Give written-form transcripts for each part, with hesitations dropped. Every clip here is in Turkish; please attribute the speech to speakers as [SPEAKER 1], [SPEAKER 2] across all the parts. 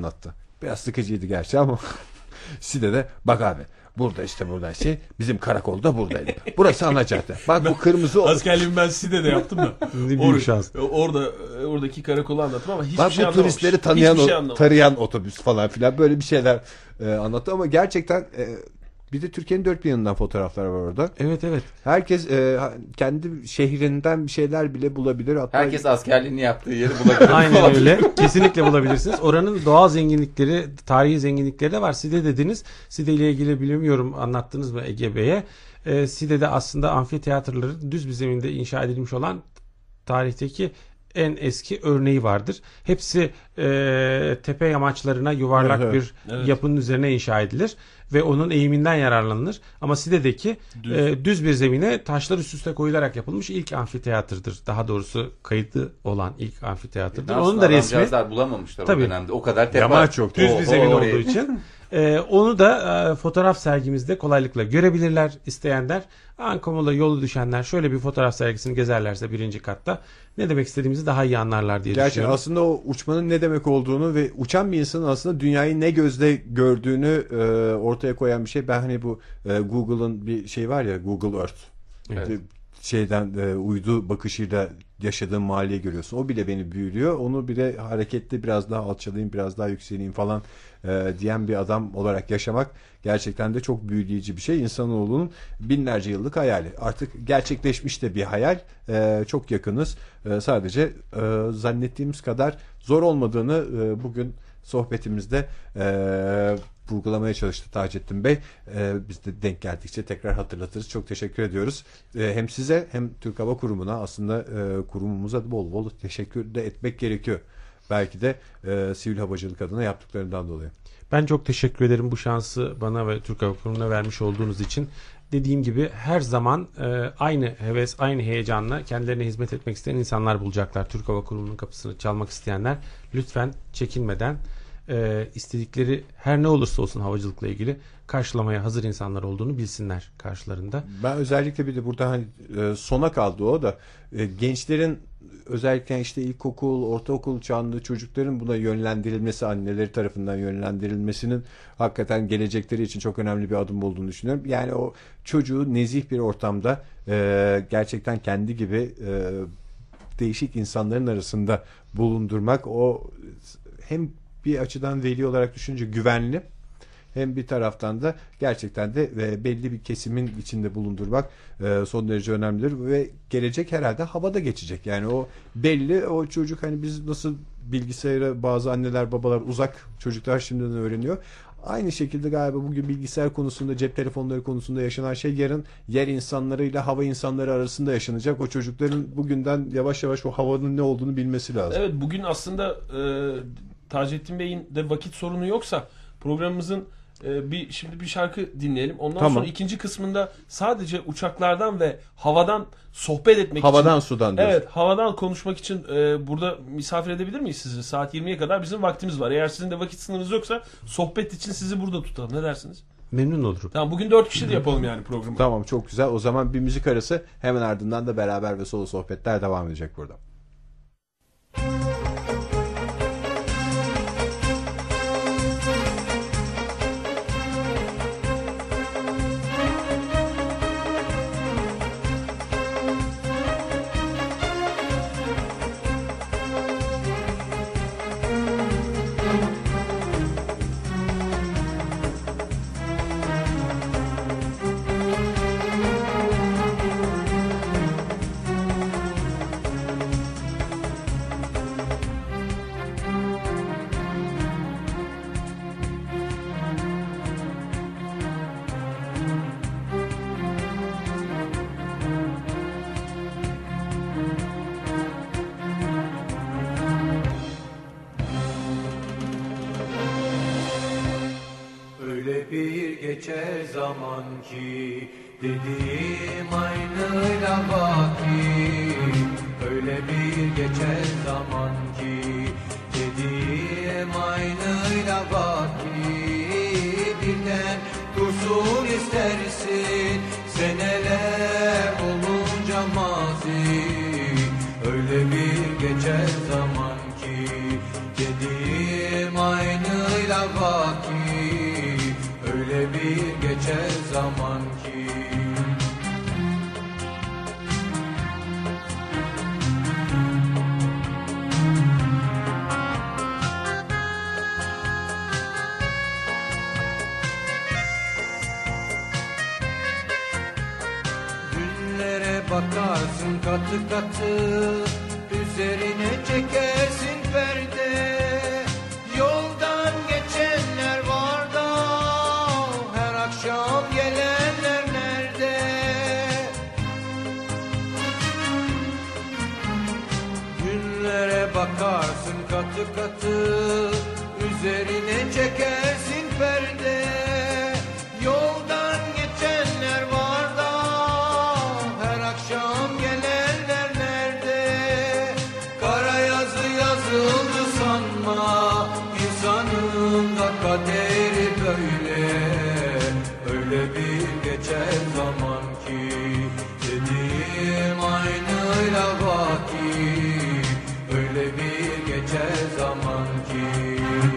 [SPEAKER 1] anlattı. Biraz sıkıcıydı gerçi ama Side'de bak abi burada işte buradan bizim karakolda buradaydı. Burası ana cadde. Bak bu kırmızı
[SPEAKER 2] askerliğimi ben Side'de yaptım da.
[SPEAKER 3] Büyük şans.
[SPEAKER 2] Oradaki karakolu anlattım ama hiçbir
[SPEAKER 1] bak,
[SPEAKER 2] şey
[SPEAKER 1] bu turistleri tarayan otobüs falan filan böyle bir şeyler anlattı ama gerçekten bir de Türkiye'nin dört bir yanından fotoğraflar var orada.
[SPEAKER 3] Evet.
[SPEAKER 1] Herkes kendi şehrinden bir şeyler bile bulabilir. Hatta
[SPEAKER 4] herkes askerliğini yaptığı yeri bulabilir.
[SPEAKER 3] Aynen öyle. Kesinlikle bulabilirsiniz. Oranın doğal zenginlikleri, tarihi zenginlikleri de var. Side dediniz. Side ile ilgili bilmiyorum anlattınız mı Ege Bey'e? Side'de aslında amfiteyatroların düz bir zeminde inşa edilmiş olan tarihteki en eski örneği vardır. Hepsi tepe yamaçlarına yuvarlak bir yapının üzerine inşa edilir ve onun eğiminden yararlanılır. Ama Side'deki düz bir zemine taşlar üst üste koyularak yapılmış ilk amfiteyatrodur. Daha doğrusu kayıtlı olan ilk amfiteyatrodur. Onun da resmi
[SPEAKER 4] bulamamışlar
[SPEAKER 3] tabii,
[SPEAKER 4] o dönemde. O kadar tepe.
[SPEAKER 1] Yamaç çok.
[SPEAKER 3] Düz bir zemin olduğu için. Onu da fotoğraf sergimizde kolaylıkla görebilirler isteyenler. Ankamol'a yolu düşenler şöyle bir fotoğraf sergisini gezerlerse birinci katta ne demek istediğimizi daha iyi anlarlar diye düşünüyorum.
[SPEAKER 1] Gerçi aslında o uçmanın ne demek olduğunu ve uçan bir insanın aslında dünyayı ne gözle gördüğünü ortaya koyan bir şey. Ben hani bu Google'ın bir şey var ya, Google Earth.
[SPEAKER 3] Evet.
[SPEAKER 1] Şeyden uydu bakışıyla yaşadığım mahalleyi görüyorsun. O bile beni büyülüyor. Onu bile hareketli biraz daha alçalayayım, biraz daha yükseleyim falan diyen bir adam olarak yaşamak gerçekten de çok büyüleyici bir şey. İnsanoğlunun binlerce yıllık hayali. Artık gerçekleşmiş de bir hayal. Çok yakınız. Sadece zannettiğimiz kadar zor olmadığını bugün sohbetimizde vurgulamaya çalıştı Taceddin Bey. Biz de denk geldikçe tekrar hatırlatırız. Çok teşekkür ediyoruz. Hem size hem Türk Hava Kurumu'na, aslında kurumumuza bol bol teşekkür de etmek gerekiyor. Belki de sivil havacılık adına yaptıklarından dolayı.
[SPEAKER 3] Ben çok teşekkür ederim bu şansı bana ve Türk Hava Kurumu'na vermiş olduğunuz için. Dediğim gibi her zaman aynı heves, aynı heyecanla kendilerine hizmet etmek isteyen insanlar bulacaklar. Türk Hava Kurumu'nun kapısını çalmak isteyenler lütfen çekinmeden istedikleri her ne olursa olsun havacılıkla ilgili karşılamaya hazır insanlar olduğunu bilsinler karşılarında.
[SPEAKER 1] Ben özellikle bir de burada hani sona kaldı o da gençlerin, özellikle işte ilkokul, ortaokul çağında çocukların buna yönlendirilmesi, anneleri tarafından yönlendirilmesinin hakikaten gelecekleri için çok önemli bir adım olduğunu düşünüyorum. Yani o çocuğu nezih bir ortamda gerçekten kendi gibi değişik insanların arasında bulundurmak, o hem bir açıdan veli olarak düşününce güvenli, hem bir taraftan da gerçekten de belli bir kesimin içinde bulundurmak son derece önemlidir ve gelecek herhalde havada geçecek. Yani o belli, o çocuk hani biz nasıl bilgisayara bazı anneler babalar uzak, çocuklar şimdiden öğreniyor. Aynı şekilde galiba bugün bilgisayar konusunda, cep telefonları konusunda yaşanan şey yarın yer insanlarıyla hava insanları arasında yaşanacak. O çocukların bugünden yavaş yavaş o havanın ne olduğunu bilmesi lazım.
[SPEAKER 2] Evet, bugün aslında Taceddin Bey'in de vakit sorunu yoksa programımızın şimdi bir şarkı dinleyelim. Ondan sonra ikinci kısmında sadece uçaklardan ve havadan sohbet etmek için.
[SPEAKER 1] Havadan sudan diyorsun.
[SPEAKER 2] Evet, havadan konuşmak için burada misafir edebilir miyiz sizi? Saat 20'ye kadar bizim vaktimiz var. Eğer sizin de vakit sınırınız yoksa sohbet için sizi burada tutalım. Ne dersiniz?
[SPEAKER 3] Memnun olurum.
[SPEAKER 2] Tamam, bugün 4 kişi de yapalım yani programı.
[SPEAKER 1] Tamam, çok güzel. O zaman bir müzik arası, hemen ardından da beraber ve solo sohbetler devam edecek burada.
[SPEAKER 5] Öyle bir geçer zaman ki dediğim aynıyla baki. Öyle bir geçer zaman ki dediğim aynıyla baki. Birden dursun istersin seneler olunca mazi. Öyle bir geçer zaman ki dediğim aynı vakit, öyle bir geçer zaman ki. Günlere bakarsın katı katı, üzerine çekersin perde. Yoldan geçenler var da, her akşam gelenler nerede? Günlere bakarsın katı katı, üzerine çekersin perde. Yoldan geçenler var da, her akşam gelenler nerede? Kara yazı yazıldı sanma, insanın da kaderi böyle. Öyle bir geçer zaman ki, dediğim aynıyla vakit, öyle bir geçer zaman ki.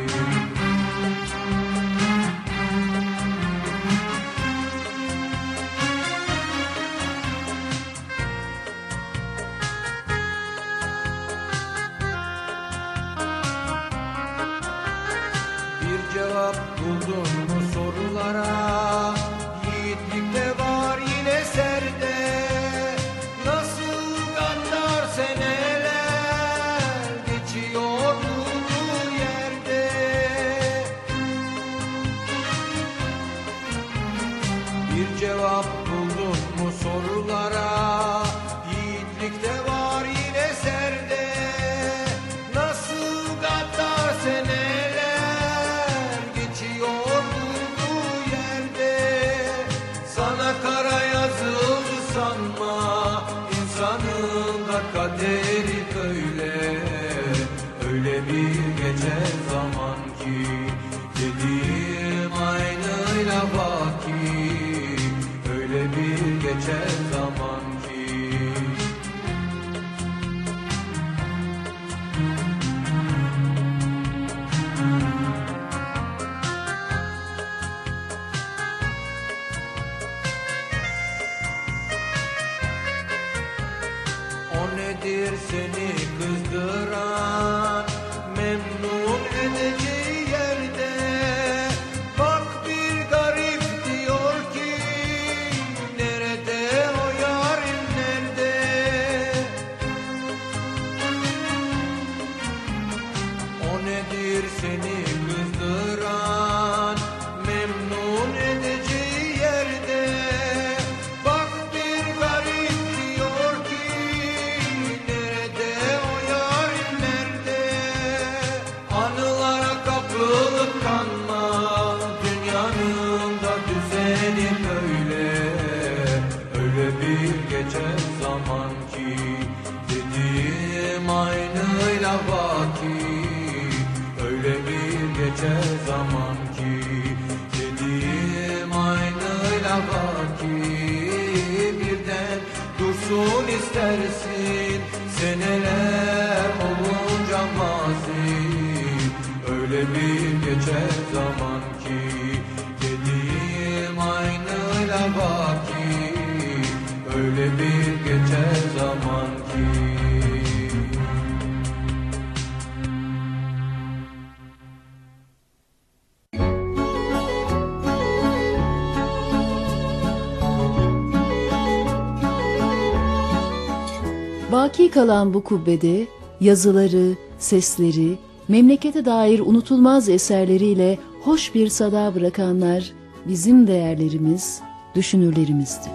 [SPEAKER 5] Bir cevap buldun mu sorulara? Yiğitlikte var yine serde. Nasıl gaddar seneler geçiyor durduğu yerde. Bir cevap buldun mu sorulara? Yiğitlikte var yine serde. Nasıl gaddar seneler geçiyor durduğu yerde. Sana kara yazıldı sanma, insanın da kaderi böyle. Öyle bir geçer zaman ki, dediğim aynıyla vakit, öyle bir geçer zaman ki. O nedir seni kızdıran, memnun edeceği yerde? Bak bir garip diyor ki, nerede o yarim nerede? O nedir seni kızdıran, memnun edeceği yerde? Bak bir garip diyor ki, nerede o yarim nerede? Anılara kapılıp kanma, dünyanın da düzeni böyle. Öyle bir geçer zaman ki, dediğim aynıyla vakit, öyle bir geçer zaman ki, dediğim aynıyla vakit. Birden dursun istersin, seneler olunca mazi, öyle bir geçer zaman ki, dediğim aynıyla vakit, öyle bir geçer zaman ki.
[SPEAKER 6] Baki kalan bu kubbede yazıları, sesleri, memlekete dair unutulmaz eserleriyle hoş bir sada bırakanlar bizim değerlerimiz, düşünürlerimizdi.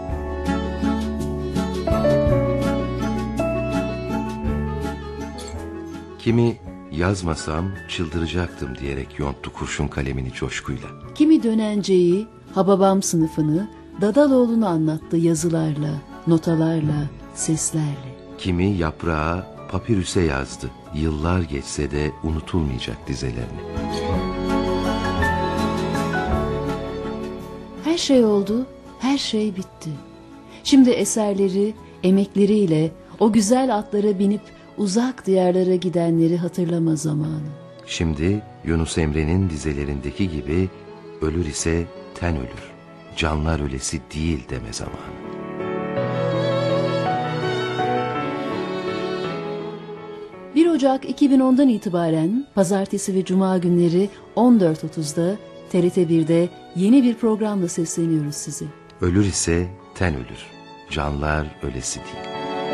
[SPEAKER 7] Kimi yazmasam çıldıracaktım diyerek yonttu kurşun kalemini coşkuyla.
[SPEAKER 6] Kimi dönenceyi, Hababam sınıfını, Dadaloğlu'nu anlattı yazılarla, notalarla, seslerle.
[SPEAKER 7] Kimi yaprağa, papirüse yazdı. Yıllar geçse de unutulmayacak dizelerini.
[SPEAKER 6] Her şey oldu, her şey bitti. Şimdi eserleri, emekleriyle o güzel atlara binip uzak diyarlara gidenleri hatırlama zamanı.
[SPEAKER 7] Şimdi Yunus Emre'nin dizelerindeki gibi ölür ise ten ölür, canlar ölesi değil deme zamanı.
[SPEAKER 6] Ocak 2010'dan itibaren pazartesi ve cuma günleri 14.30'da TRT 1'de yeni bir programla sesleniyoruz size.
[SPEAKER 7] Ölür ise ten ölür, canlar ölesi değil.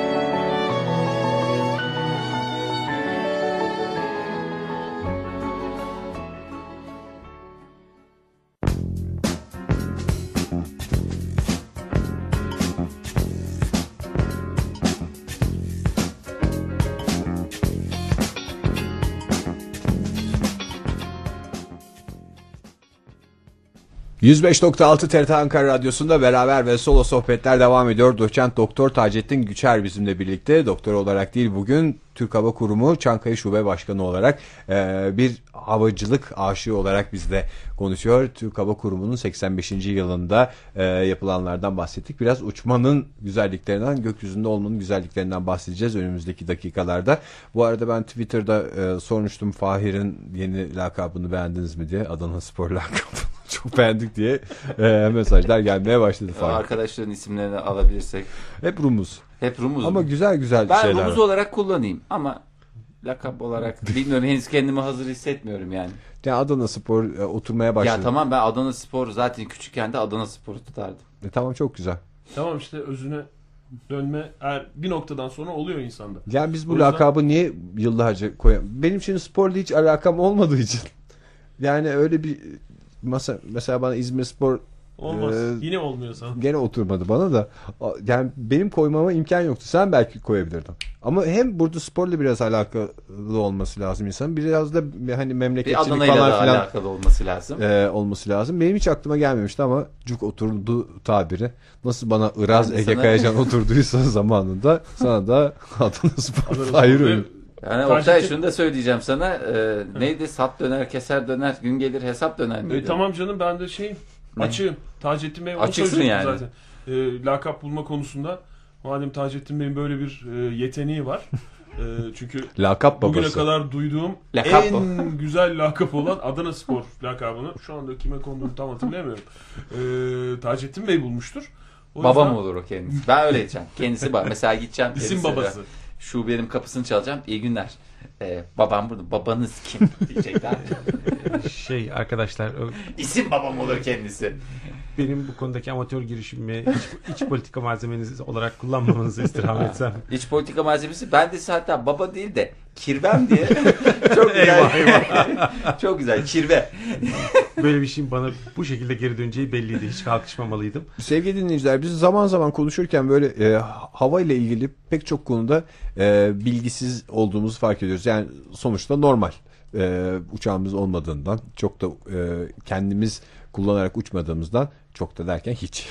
[SPEAKER 1] ...105.6 TRT Ankara Radyosu'nda beraber ve solo sohbetler devam ediyor. Doçent Doktor Taceddin Güçer bizimle birlikte. Doktor olarak değil, bugün Türk Hava Kurumu Çankaya Şube Başkanı olarak bir havacılık aşığı olarak bizle konuşuyor. Türk Hava Kurumu'nun 85. yılında yapılanlardan bahsettik. Biraz uçmanın güzelliklerinden, gökyüzünde olmanın güzelliklerinden bahsedeceğiz önümüzdeki dakikalarda. Bu arada ben Twitter'da sormuştum Fahir'in yeni lakabını beğendiniz mi diye. Adana Spor lakabını çok beğendik diye mesajlar gelmeye başladı.
[SPEAKER 4] Arkadaşların isimlerini alabilirsek.
[SPEAKER 1] Hep Rumuz.
[SPEAKER 4] Hep Rumuz.
[SPEAKER 1] Ama güzel şeyler.
[SPEAKER 4] Ben Rumuz olarak kullanayım ama lakap olarak bilmiyorum, henüz kendimi hazır hissetmiyorum yani.
[SPEAKER 1] Ya Adana Spor oturmaya başladı.
[SPEAKER 4] Ya tamam, ben Adana Spor zaten küçükken de Adana Spor'u tutardım.
[SPEAKER 1] Tamam, çok güzel.
[SPEAKER 2] Tamam işte, özüne dönme bir noktadan sonra oluyor insanda.
[SPEAKER 1] Yani biz bu
[SPEAKER 2] yüzden...
[SPEAKER 1] lakabı niye yıllarca benim şimdi sporla hiç alakam olmadığı için. Yani öyle bir mesela bana İzmirspor
[SPEAKER 2] olmaz. Yine olmuyor sana.
[SPEAKER 1] Gene oturmadı bana da. Yani benim koymama imkan yoktu. Sen belki koyabilirdin. Ama hem burada sporla biraz alakalı olması lazım insanın. Biraz da hani memleketçilik falan filan
[SPEAKER 4] alakalı olması lazım.
[SPEAKER 1] Olması lazım. Benim hiç aklıma gelmemişti ama cuk oturdu tabiri. Nasıl bana Iraz Ege Kayacan oturduysa zamanında, sana da Adana Spor hayır öyle.
[SPEAKER 4] Yani Oktay, şunu da söyleyeceğim sana. Neydi? Sap döner, keser döner, gün gelir hesap döner miydi?
[SPEAKER 2] Tamam canım, ben de açığım. Taceddin Bey onu söyleyecektim yani. Zaten. Lakap bulma konusunda. Madem Taceddin Bey'in böyle bir yeteneği var. Çünkü
[SPEAKER 1] lakap babası.
[SPEAKER 2] Bugüne kadar duyduğum güzel lakap olan Adana Spor lakabını şu anda kime konduğunu tam hatırlayamıyorum. Taceddin Bey bulmuştur.
[SPEAKER 4] Babam olur o kendisi. Ben öyle diyeceğim. Kendisi bak. Mesela gideceğim.
[SPEAKER 2] İsim babası.
[SPEAKER 4] Şubenin kapısını çalacağım. İyi günler. Babam burada. Babanız kim? Diyecekler.
[SPEAKER 3] Arkadaşlar.
[SPEAKER 4] İsim babam olur kendisi.
[SPEAKER 3] Benim bu konudaki amatör girişimimi iç politika malzemeniz olarak kullanmamanızı istirham etsem.
[SPEAKER 4] İç politika malzemesi. Ben de hatta baba değil de kirvem diye. Çok güzel. Eyvah. Çok güzel. Kirve.
[SPEAKER 3] Böyle bir şeyin bana bu şekilde geri döneceği belliydi. Hiç kalkışmamalıydım.
[SPEAKER 1] Sevgili dinleyiciler, biz zaman zaman konuşurken böyle hava ile ilgili pek çok konuda bilgisiz olduğumuzu fark ediyoruz. Yani sonuçta normal. Uçağımız olmadığından, çok da kendimiz kullanarak uçmadığımızdan, çok da derken hiç.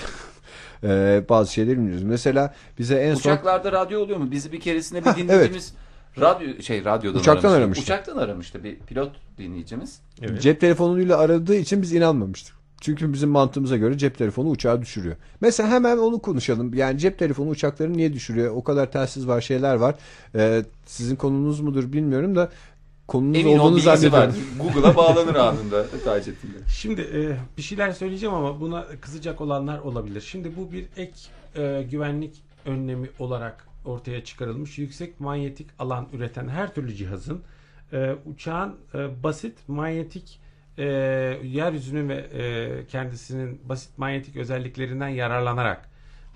[SPEAKER 1] Bazı şeyleri bilmiyoruz. Mesela bize en son...
[SPEAKER 4] Uçaklarda radyo oluyor mu? Bizi bir keresinde bir dinleyicimiz radyodan
[SPEAKER 1] uçaktan aramıştı.
[SPEAKER 4] Uçaktan aramıştı bir pilot dinleyicimiz.
[SPEAKER 1] Evet. Cep telefonuyla aradığı için biz inanmamıştık. Çünkü bizim mantığımıza göre cep telefonu uçağı düşürüyor. Mesela hemen onu konuşalım. Yani cep telefonu uçakları niye düşürüyor? O kadar telsiz var, şeyler var. Sizin konunuz mudur bilmiyorum da konunuz
[SPEAKER 4] emin
[SPEAKER 1] olduğunu zannediyorum.
[SPEAKER 4] Google'a bağlanır anında Taceddin.
[SPEAKER 3] Şimdi bir şeyler söyleyeceğim ama buna kızacak olanlar olabilir. Şimdi bu bir ek güvenlik önlemi olarak ortaya çıkarılmış, yüksek manyetik alan üreten her türlü cihazın uçağın basit manyetik yeryüzünün ve kendisinin basit manyetik özelliklerinden yararlanarak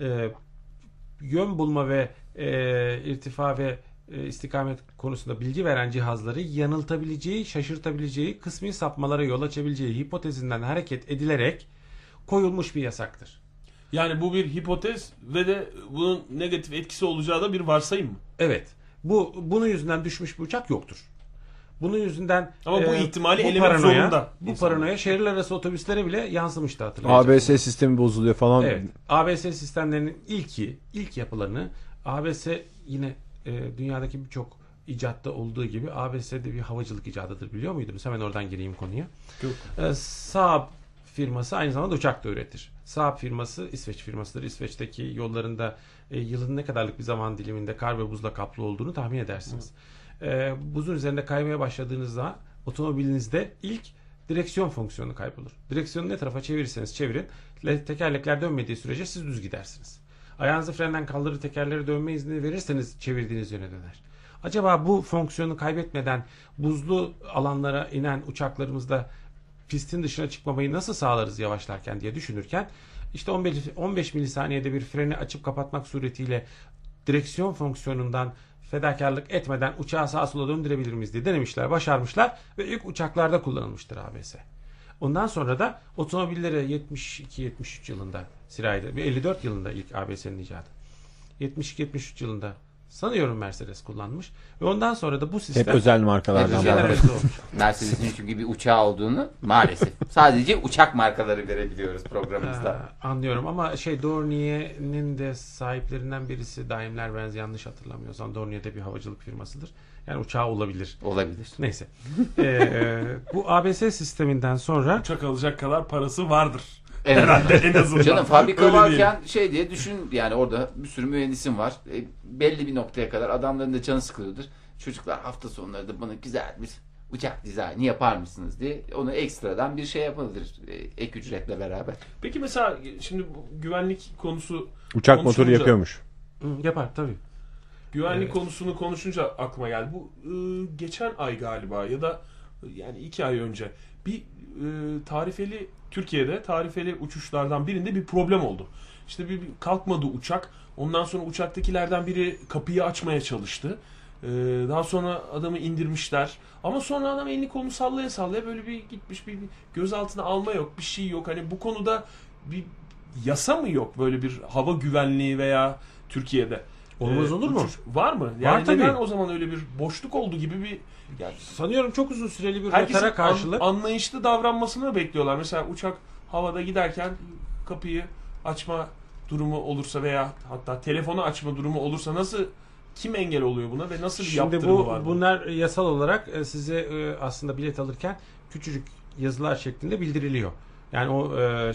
[SPEAKER 3] yön bulma ve irtifa ve istikamet konusunda bilgi veren cihazları yanıltabileceği, şaşırtabileceği, kısmi sapmalara yol açabileceği hipotezinden hareket edilerek koyulmuş bir yasaktır.
[SPEAKER 2] Yani bu bir hipotez ve de bunun negatif etkisi olacağı da bir varsayım mı?
[SPEAKER 3] Evet. Bunun yüzünden düşmüş bir uçak yoktur. Bunun yüzünden
[SPEAKER 2] ama bu ihtimali elemek zorunda.
[SPEAKER 3] Bu paranoya şehirler arası otobüslere bile yansımıştı, hatırlayacağım.
[SPEAKER 1] ABS sistemi bozuluyor falan.
[SPEAKER 3] Evet. ABS sistemlerinin ilk yapılarını, ABS yine dünyadaki birçok icatta olduğu gibi ABS'de bir havacılık icadıdır, biliyor muydunuz? Hemen oradan gireyim konuya. Saab firması aynı zamanda uçak da üretir. Saab firması İsveç firmasıdır. İsveç'teki yollarında yılın ne kadarlık bir zaman diliminde kar ve buzla kaplı olduğunu tahmin edersiniz. Buzun üzerinde kaymaya başladığınızda otomobilinizde ilk direksiyon fonksiyonu kaybolur. Direksiyonu ne tarafa çevirirseniz çevirin, tekerlekler dönmediği sürece siz düz gidersiniz. Ayağınızı frenden kaldırır, tekerleri dönme izni verirseniz çevirdiğiniz yöne döner. Acaba bu fonksiyonu kaybetmeden buzlu alanlara inen uçaklarımızda pistin dışına çıkmamayı nasıl sağlarız yavaşlarken diye düşünürken işte 15 milisaniyede bir freni açıp kapatmak suretiyle direksiyon fonksiyonundan fedakarlık etmeden uçağı sağa sola döndürebilir miyiz diye denemişler, başarmışlar ve ilk uçaklarda kullanılmıştır ABS. Ondan sonra da otomobillere 72-73 yılında sirayet, 54 yılında ilk ABS'nin icadı. 72-73 yılında sanıyorum Mercedes kullanmış ve ondan sonra da bu sistem
[SPEAKER 1] hep özel markalardan bahsediyoruz.
[SPEAKER 4] Mercedes'in çünkü bir uçağı olduğunu maalesef sadece uçak markaları verebiliyoruz programımızda.
[SPEAKER 3] Anlıyorum ama Dornier'nin de sahiplerinden birisi Daimler-Benz, yanlış hatırlamıyorsam Dornier'de bir havacılık firmasıdır. Yani uçağı olabilir.
[SPEAKER 4] Olabilir.
[SPEAKER 3] Neyse. Bu ABS sisteminden sonra
[SPEAKER 2] Uçak alacak kadar parası vardır.
[SPEAKER 4] Evet.
[SPEAKER 2] Herhalde en azından.
[SPEAKER 4] Canım fabrika
[SPEAKER 2] Öyle
[SPEAKER 4] varken diye düşün, yani orada bir sürü mühendisim var. Belli bir noktaya kadar adamların da canı sıkılıyordur. Çocuklar hafta sonları da bana güzel bir uçak dizaynı yapar mısınız diye onu ekstradan bir şey yapılır ek ücretle beraber.
[SPEAKER 2] Peki mesela şimdi bu güvenlik konusu
[SPEAKER 1] Uçak motoru yakıyormuş.
[SPEAKER 3] yapar tabii.
[SPEAKER 2] Güvenlik konusunu konuşunca aklıma geldi. Bu geçen ay galiba ya da yani 2 ay önce bir Türkiye'de tarifeli uçuşlardan birinde bir problem oldu. İşte bir kalkmadı uçak. Ondan sonra uçaktakilerden biri kapıyı açmaya çalıştı. Daha sonra adamı indirmişler. Ama sonra adam elini kolunu sallaya sallaya böyle bir gitmiş, bir gözaltına alma yok, bir şey yok. Hani bu konuda bir yasa mı yok, böyle bir hava güvenliği veya Türkiye'de?
[SPEAKER 3] Olmaz olur mu?
[SPEAKER 2] Var mı? Yani
[SPEAKER 3] var tabii.
[SPEAKER 2] neden o zaman öyle bir boşluk oldu gibi bir... Yani
[SPEAKER 3] Sanıyorum çok uzun süreli bir
[SPEAKER 2] herkesin
[SPEAKER 3] rotara karşılık.
[SPEAKER 2] anlayışlı davranmasını bekliyorlar. Mesela uçak havada giderken kapıyı açma durumu olursa veya hatta telefonu açma durumu olursa kim engel oluyor buna ve nasıl bir yaptırımı var?
[SPEAKER 3] Bunlar yasal olarak size aslında bilet alırken küçücük yazılar şeklinde bildiriliyor. Yani o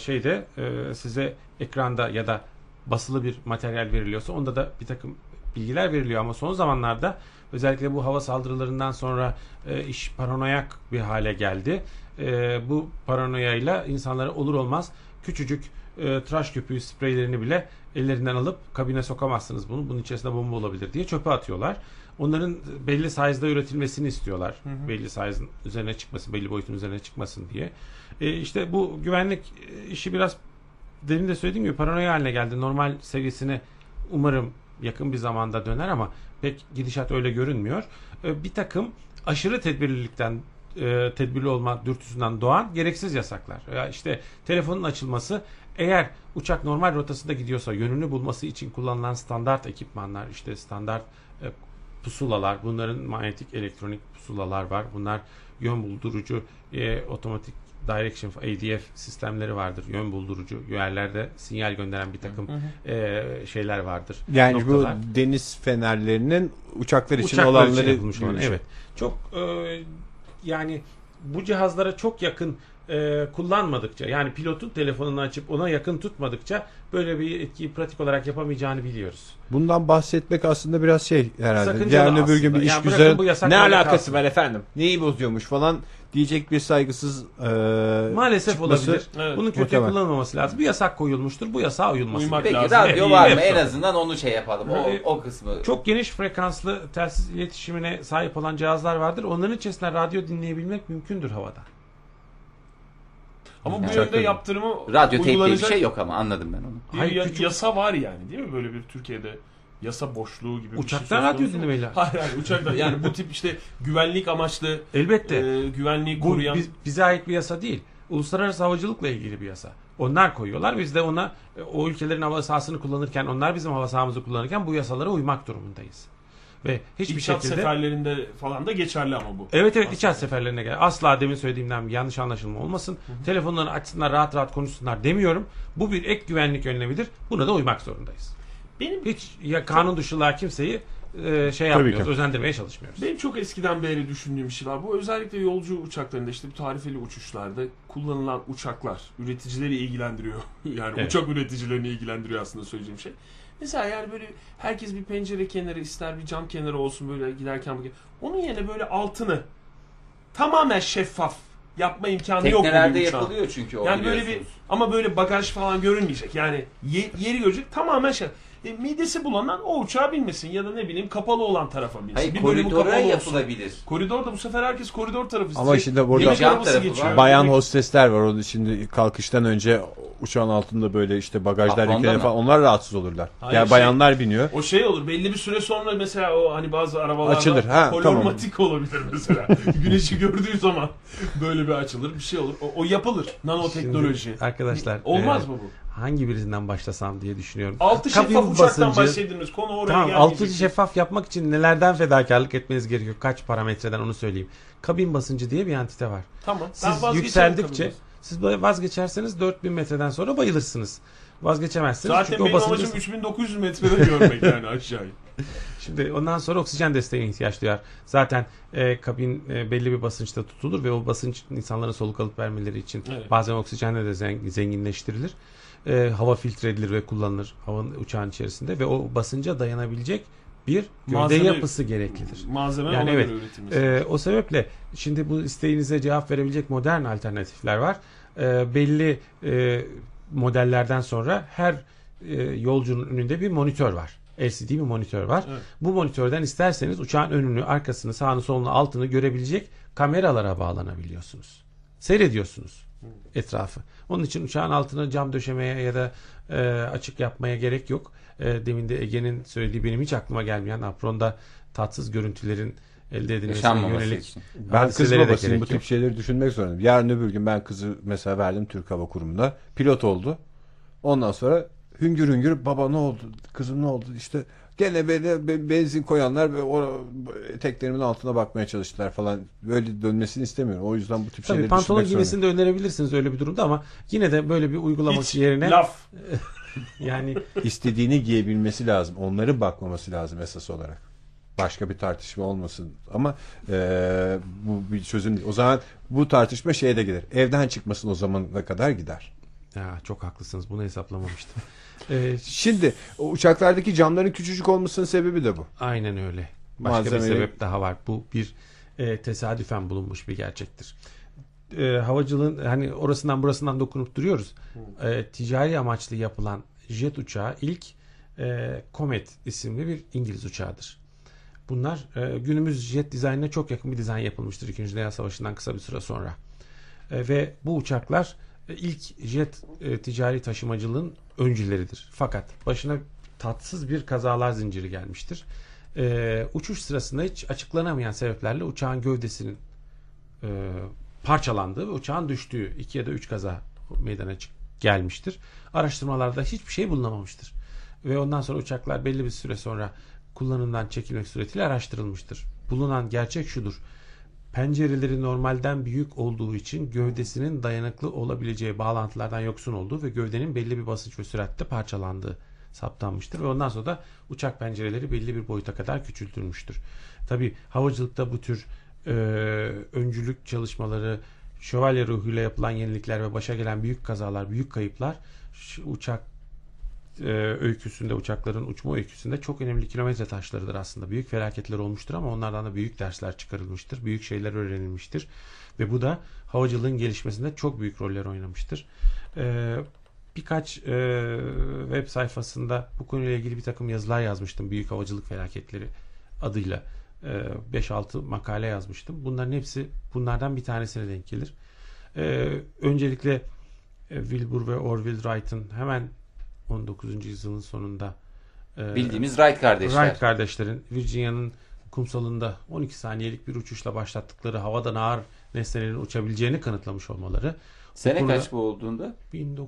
[SPEAKER 3] size ekranda ya da basılı bir materyal veriliyorsa onda da bir takım bilgiler veriliyor ama son zamanlarda özellikle bu hava saldırılarından sonra iş paranoyak bir hale geldi. Bu paranoyayla insanlara olur olmaz küçücük tıraş köpüğü spreylerini bile ellerinden alıp kabine sokamazsınız bunu. Bunun içerisinde bomba olabilir diye çöpe atıyorlar. Onların belli size'da üretilmesini istiyorlar. Hı. Belli size'ın üzerine çıkmasın, belli boyutun üzerine çıkmasın diye. İşte bu güvenlik işi biraz demin de söylediğim gibi paranoya haline geldi. Normal seviyesine umarım yakın bir zamanda döner ama pek gidişat öyle görünmüyor. Bir takım aşırı tedbirli olma dürtüsünden doğan gereksiz yasaklar. Ya işte telefonun açılması, eğer uçak normal rotasında gidiyorsa yönünü bulması için kullanılan standart ekipmanlar, işte standart pusulalar, bunların manyetik elektronik pusulalar var. Bunlar yön buldurucu otomatik Direction ADF sistemleri vardır. Yön buldurucu yerlerde sinyal gönderen bir takım şeyler vardır.
[SPEAKER 1] Yani
[SPEAKER 3] noktalar.
[SPEAKER 1] Bu deniz fenerlerinin uçaklar için
[SPEAKER 3] Uçaklar
[SPEAKER 1] olanları
[SPEAKER 3] için yapılmış olan. Evet. Çok yani bu cihazlara çok yakın kullanmadıkça, yani pilotun telefonunu açıp ona yakın tutmadıkça böyle bir etkiyi pratik olarak yapamayacağını biliyoruz.
[SPEAKER 1] Bundan bahsetmek aslında biraz herhalde.
[SPEAKER 3] Sakıncalı
[SPEAKER 1] Yarın öbür gün bir iş
[SPEAKER 3] yani
[SPEAKER 1] güzel ne alakası var efendim? Neyi bozuyormuş falan diyecek bir saygısız
[SPEAKER 3] maalesef
[SPEAKER 1] çıkması,
[SPEAKER 3] olabilir.
[SPEAKER 2] Evet.
[SPEAKER 3] Bunun kötüye kullanılmaması lazım. Bir yasak koyulmuştur. Bu yasağa uyulması
[SPEAKER 2] Uymak
[SPEAKER 3] gerekiyor.
[SPEAKER 4] Peki
[SPEAKER 2] lazım.
[SPEAKER 4] radyo var mı?
[SPEAKER 3] Evet.
[SPEAKER 4] En azından onu yapalım. O kısmı.
[SPEAKER 3] Çok geniş frekanslı telsiz iletişimine sahip olan cihazlar vardır. Onların içerisinde radyo dinleyebilmek mümkündür havada.
[SPEAKER 2] Ama bu yönde yaptırımı
[SPEAKER 4] Radyo teyp diye bir
[SPEAKER 2] uygulanacak
[SPEAKER 4] şey yok ama anladım ben onu.
[SPEAKER 3] Hayır,
[SPEAKER 2] yasa var yani, değil mi? Böyle bir Türkiye'de yasa boşluğu gibi
[SPEAKER 3] Uçaktan
[SPEAKER 2] bir şey.
[SPEAKER 3] radyo dinlemeyle.
[SPEAKER 2] Hayır, uçaktan. Yani bu tip işte güvenlik amaçlı
[SPEAKER 3] Elbette.
[SPEAKER 2] Güvenliği
[SPEAKER 3] Bu
[SPEAKER 2] koruyan.
[SPEAKER 3] bize ait bir yasa değil. Uluslararası havacılıkla ilgili bir yasa. Onlar koyuyorlar. Biz de ona o ülkelerin hava sahasını kullanırken, onlar bizim hava sahamızı kullanırken bu yasalara uymak durumundayız. Ve hiçbir
[SPEAKER 2] İç hat
[SPEAKER 3] şekilde
[SPEAKER 2] seferlerinde falan da geçerli ama bu.
[SPEAKER 3] Evet iç hat seferlerine gel. Asla demin söylediğimden bir yanlış anlaşılma olmasın. Telefonlarını açsınlar, rahat rahat konuşsunlar demiyorum. Bu bir ek güvenlik önlemidir. Buna da uymak zorundayız. Hiç kanun dışılığa kimseyi yapmıyoruz, özendirmeye çalışmıyoruz.
[SPEAKER 2] Benim çok eskiden beri düşündüğüm bir şey var. Bu özellikle yolcu uçaklarında, işte bu tarifeli uçuşlarda kullanılan uçaklar üreticileri ilgilendiriyor. Yani
[SPEAKER 3] evet.
[SPEAKER 2] Uçak üreticilerini ilgilendiriyor aslında söyleyeceğim şey. Mesela yani böyle herkes bir pencere kenarı ister, bir cam kenarı olsun böyle giderken. Onun yerine böyle altını tamamen şeffaf yapma imkanı yok.
[SPEAKER 4] Teknelerde yapılıyor çünkü o,
[SPEAKER 2] yani böyle bir, ama böyle bagaj falan görünmeyecek. Yani yeri görecek, tamamen şey. Midesi bulanan o uçağa binmesin ya da ne bileyim kapalı olan tarafa binsin.
[SPEAKER 4] Hayır,
[SPEAKER 2] bir bölümü
[SPEAKER 4] koridora
[SPEAKER 2] kapalı
[SPEAKER 4] yapılabilir.
[SPEAKER 2] olsun. Koridorda bu sefer herkes koridor tarafı.
[SPEAKER 1] Ama şimdi burada
[SPEAKER 2] yemek arabası
[SPEAKER 4] tarafı
[SPEAKER 2] geçiyor.
[SPEAKER 4] var.
[SPEAKER 1] bayan hostesler var. Orada şimdi kalkıştan önce uçağın altında böyle işte bagajlar
[SPEAKER 4] Afron'da
[SPEAKER 1] yüklenen
[SPEAKER 4] mı?
[SPEAKER 1] falan, onlar rahatsız olurlar.
[SPEAKER 2] Hayır,
[SPEAKER 1] Yani bayanlar biniyor.
[SPEAKER 2] O şey olur, belli bir süre sonra mesela o hani bazı arabalarda
[SPEAKER 1] Açılır, ha,
[SPEAKER 2] kolormatik olabilir mesela. Güneşi gördüğü zaman böyle bir açılır, bir şey olur. O yapılır. Nanoteknoloji.
[SPEAKER 3] Şimdi arkadaşlar
[SPEAKER 2] Olmaz mı bu?
[SPEAKER 3] hangi birisinden başlasam diye düşünüyorum.
[SPEAKER 2] Altı
[SPEAKER 3] Kabin
[SPEAKER 2] şeffaf uçaktan
[SPEAKER 3] basıncı-
[SPEAKER 2] bahsediniz. Konu oraya
[SPEAKER 3] Tamam,
[SPEAKER 2] gelmeyecek.
[SPEAKER 3] altı şeffaf yapmak için nelerden fedakarlık etmeniz gerekiyor? Kaç parametreden onu söyleyeyim. Kabin basıncı diye bir entite var.
[SPEAKER 2] Tamam.
[SPEAKER 3] Siz
[SPEAKER 2] ben vazgeçerim
[SPEAKER 3] yükseldikçe,
[SPEAKER 2] tabii.
[SPEAKER 3] siz böyle vazgeçerseniz 4000 metreden sonra bayılırsınız. Vazgeçemezsiniz
[SPEAKER 2] Zaten
[SPEAKER 3] çünkü o
[SPEAKER 2] benim
[SPEAKER 3] basıncı...
[SPEAKER 2] amacım 3900 metrede görmek yani aşağıyı.
[SPEAKER 3] Şimdi ondan sonra oksijen desteğine ihtiyaç duyar. Zaten kabin belli bir basınçta tutulur ve o basınç insanların soluk alıp vermeleri için
[SPEAKER 2] Evet.
[SPEAKER 3] bazen oksijenle de zenginleştirilir. Hava filtre edilir ve kullanılır uçağın içerisinde ve o basınca dayanabilecek bir gövde
[SPEAKER 2] Malzeme-
[SPEAKER 3] yapısı gereklidir.
[SPEAKER 2] Malzeme
[SPEAKER 3] Yani
[SPEAKER 2] ona
[SPEAKER 3] evet,
[SPEAKER 2] göre üretilmesi.
[SPEAKER 3] o sebeple şimdi bu isteğinize cevap verebilecek modern alternatifler var. Belli modellerden sonra her yolcunun önünde bir monitör var. LCD bir monitör var.
[SPEAKER 2] Evet.
[SPEAKER 3] Bu monitörden isterseniz uçağın önünü, arkasını, sağını, solunu, altını görebilecek kameralara bağlanabiliyorsunuz. Seyrediyorsunuz etrafı. Onun için uçağın altına cam döşemeye ya da açık yapmaya gerek yok. Demin de Ege'nin söylediği, benim hiç aklıma gelmeyen, apronda tatsız görüntülerin elde edilmesine
[SPEAKER 4] Yaşanmaması
[SPEAKER 3] yönelik
[SPEAKER 4] için.
[SPEAKER 1] Ben kız
[SPEAKER 3] hadiselere de
[SPEAKER 1] babasıyım,
[SPEAKER 3] gerek
[SPEAKER 1] bu tip
[SPEAKER 3] yok.
[SPEAKER 1] şeyleri düşünmek zorundayım. Yarın öbür gün ben kızı mesela verdim Türk Hava Kurumu'na. Pilot oldu. Ondan sonra hüngür hüngür, baba ne oldu? Kızım ne oldu? İşte gene böyle benzin koyanlar ve o teknerimin altına bakmaya çalıştılar falan. Böyle dönmesini istemiyorum. O yüzden bu tip
[SPEAKER 3] Tabii
[SPEAKER 1] şeyleri
[SPEAKER 3] pantolon
[SPEAKER 1] düşünmek
[SPEAKER 3] giymesini de önerebilirsiniz öyle bir durumda ama yine de böyle bir uygulamak
[SPEAKER 2] Hiç
[SPEAKER 3] yerine
[SPEAKER 2] laf.
[SPEAKER 3] yani
[SPEAKER 1] İstediğini giyebilmesi lazım. Onları bakmaması lazım esas olarak. Başka bir tartışma olmasın. Ama bu bir çözüm değil. O zaman bu tartışma şeye de gider. Evden çıkmasın, o zamana kadar gider.
[SPEAKER 3] ya çok haklısınız, bunu hesaplamamıştım.
[SPEAKER 1] Şimdi o uçaklardaki camların küçücük olmasının sebebi de bu.
[SPEAKER 3] Aynen öyle. Başka bir
[SPEAKER 1] Malzemeyi-
[SPEAKER 3] sebep daha var. Bu bir tesadüfen bulunmuş bir gerçektir. Havacılığın hani orasından burasından dokunup duruyoruz. Ticari amaçlı yapılan jet uçağı ilk Comet isimli bir İngiliz uçağıdır. Bunlar günümüz jet dizaynına çok yakın bir dizayn yapılmıştır 2. Dünya Savaşı'ndan kısa bir süre sonra. Ve bu uçaklar ilk jet ticari taşımacılığın öncüleridir. Fakat başına tatsız bir kazalar zinciri gelmiştir. Uçuş sırasında hiç açıklanamayan sebeplerle uçağın gövdesinin parçalandığı ve uçağın düştüğü 2 ya da 3 kaza meydana gelmiştir. Araştırmalarda hiçbir şey bulunamamıştır. Ve ondan sonra uçaklar belli bir süre sonra kullanımdan çekilmek suretiyle araştırılmıştır. Bulunan gerçek şudur: pencereleri normalden büyük olduğu için gövdesinin dayanıklı olabileceği bağlantılardan yoksun olduğu ve gövdenin belli bir basınç ve süratte parçalandığı saptanmıştır. Ve ondan sonra da uçak pencereleri belli bir boyuta kadar küçültülmüştür. Tabii havacılıkta bu tür öncülük çalışmaları, şövalye ruhuyla yapılan yenilikler ve başa gelen büyük kazalar, büyük kayıplar uçak öyküsünde, uçakların uçma öyküsünde çok önemli kilometre taşlarıdır aslında. Büyük felaketler olmuştur ama onlardan da büyük dersler çıkarılmıştır. Büyük şeyler öğrenilmiştir. Ve bu da havacılığın gelişmesinde çok büyük roller oynamıştır. Birkaç web sayfasında bu konuyla ilgili bir takım yazılar yazmıştım. Büyük havacılık felaketleri adıyla 5-6 makale yazmıştım. Bunların hepsi bunlardan bir tanesine denk gelir. Öncelikle Wilbur ve Orville Wright'ın hemen 19. yüzyılın sonunda
[SPEAKER 4] Bildiğimiz Wright kardeşler.
[SPEAKER 3] Wright kardeşlerin Virginia'nın kumsalında 12 saniyelik bir uçuşla başlattıkları havadan ağır nesnelerin uçabileceğini kanıtlamış olmaları.
[SPEAKER 4] Sene
[SPEAKER 3] Burada
[SPEAKER 4] kaç bu olduğunda?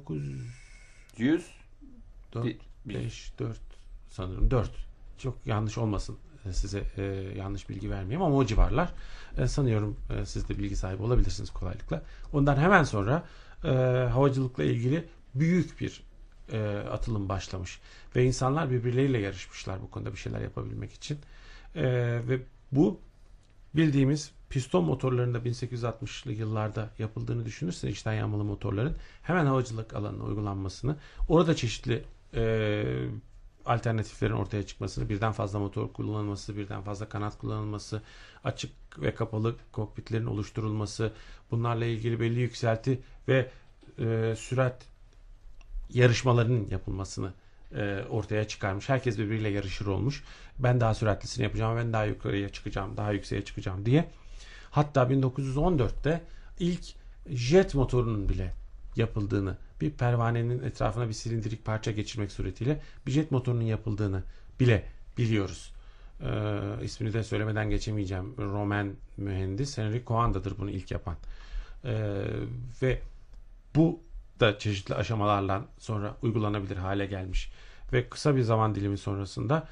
[SPEAKER 3] 1904
[SPEAKER 4] 100
[SPEAKER 3] 5 4 sanırım 4. Çok yanlış olmasın, size yanlış bilgi vermeyeyim ama o civarlar. Sanıyorum siz de bilgi sahibi olabilirsiniz kolaylıkla. Ondan hemen sonra havacılıkla ilgili büyük bir atılım başlamış ve insanlar birbirleriyle yarışmışlar bu konuda bir şeyler yapabilmek için. Ve bu bildiğimiz piston motorlarında 1860'lı yıllarda yapıldığını düşünürsen, içten yanmalı motorların hemen havacılık alanına uygulanmasını, orada çeşitli alternatiflerin ortaya çıkmasını, birden fazla motor kullanılması, birden fazla kanat kullanılması, açık ve kapalı kokpitlerin oluşturulması, bunlarla ilgili belli yükselti ve sürat yarışmalarının yapılmasını ortaya çıkarmış. Herkes birbiriyle yarışır olmuş. Ben daha süratlisini yapacağım, ben daha yukarıya çıkacağım, daha yükseğe çıkacağım diye. Hatta 1914'te ilk jet motorunun bile yapıldığını, bir pervanenin etrafına bir silindirik parça geçirmek suretiyle bir jet motorunun yapıldığını bile biliyoruz. İsmini de söylemeden geçemeyeceğim. Roman mühendis Henry Coanda'dır bunu ilk yapan. Ve bu da çeşitli aşamalarla sonra uygulanabilir hale gelmiş. Ve kısa bir zaman dilimi sonrasında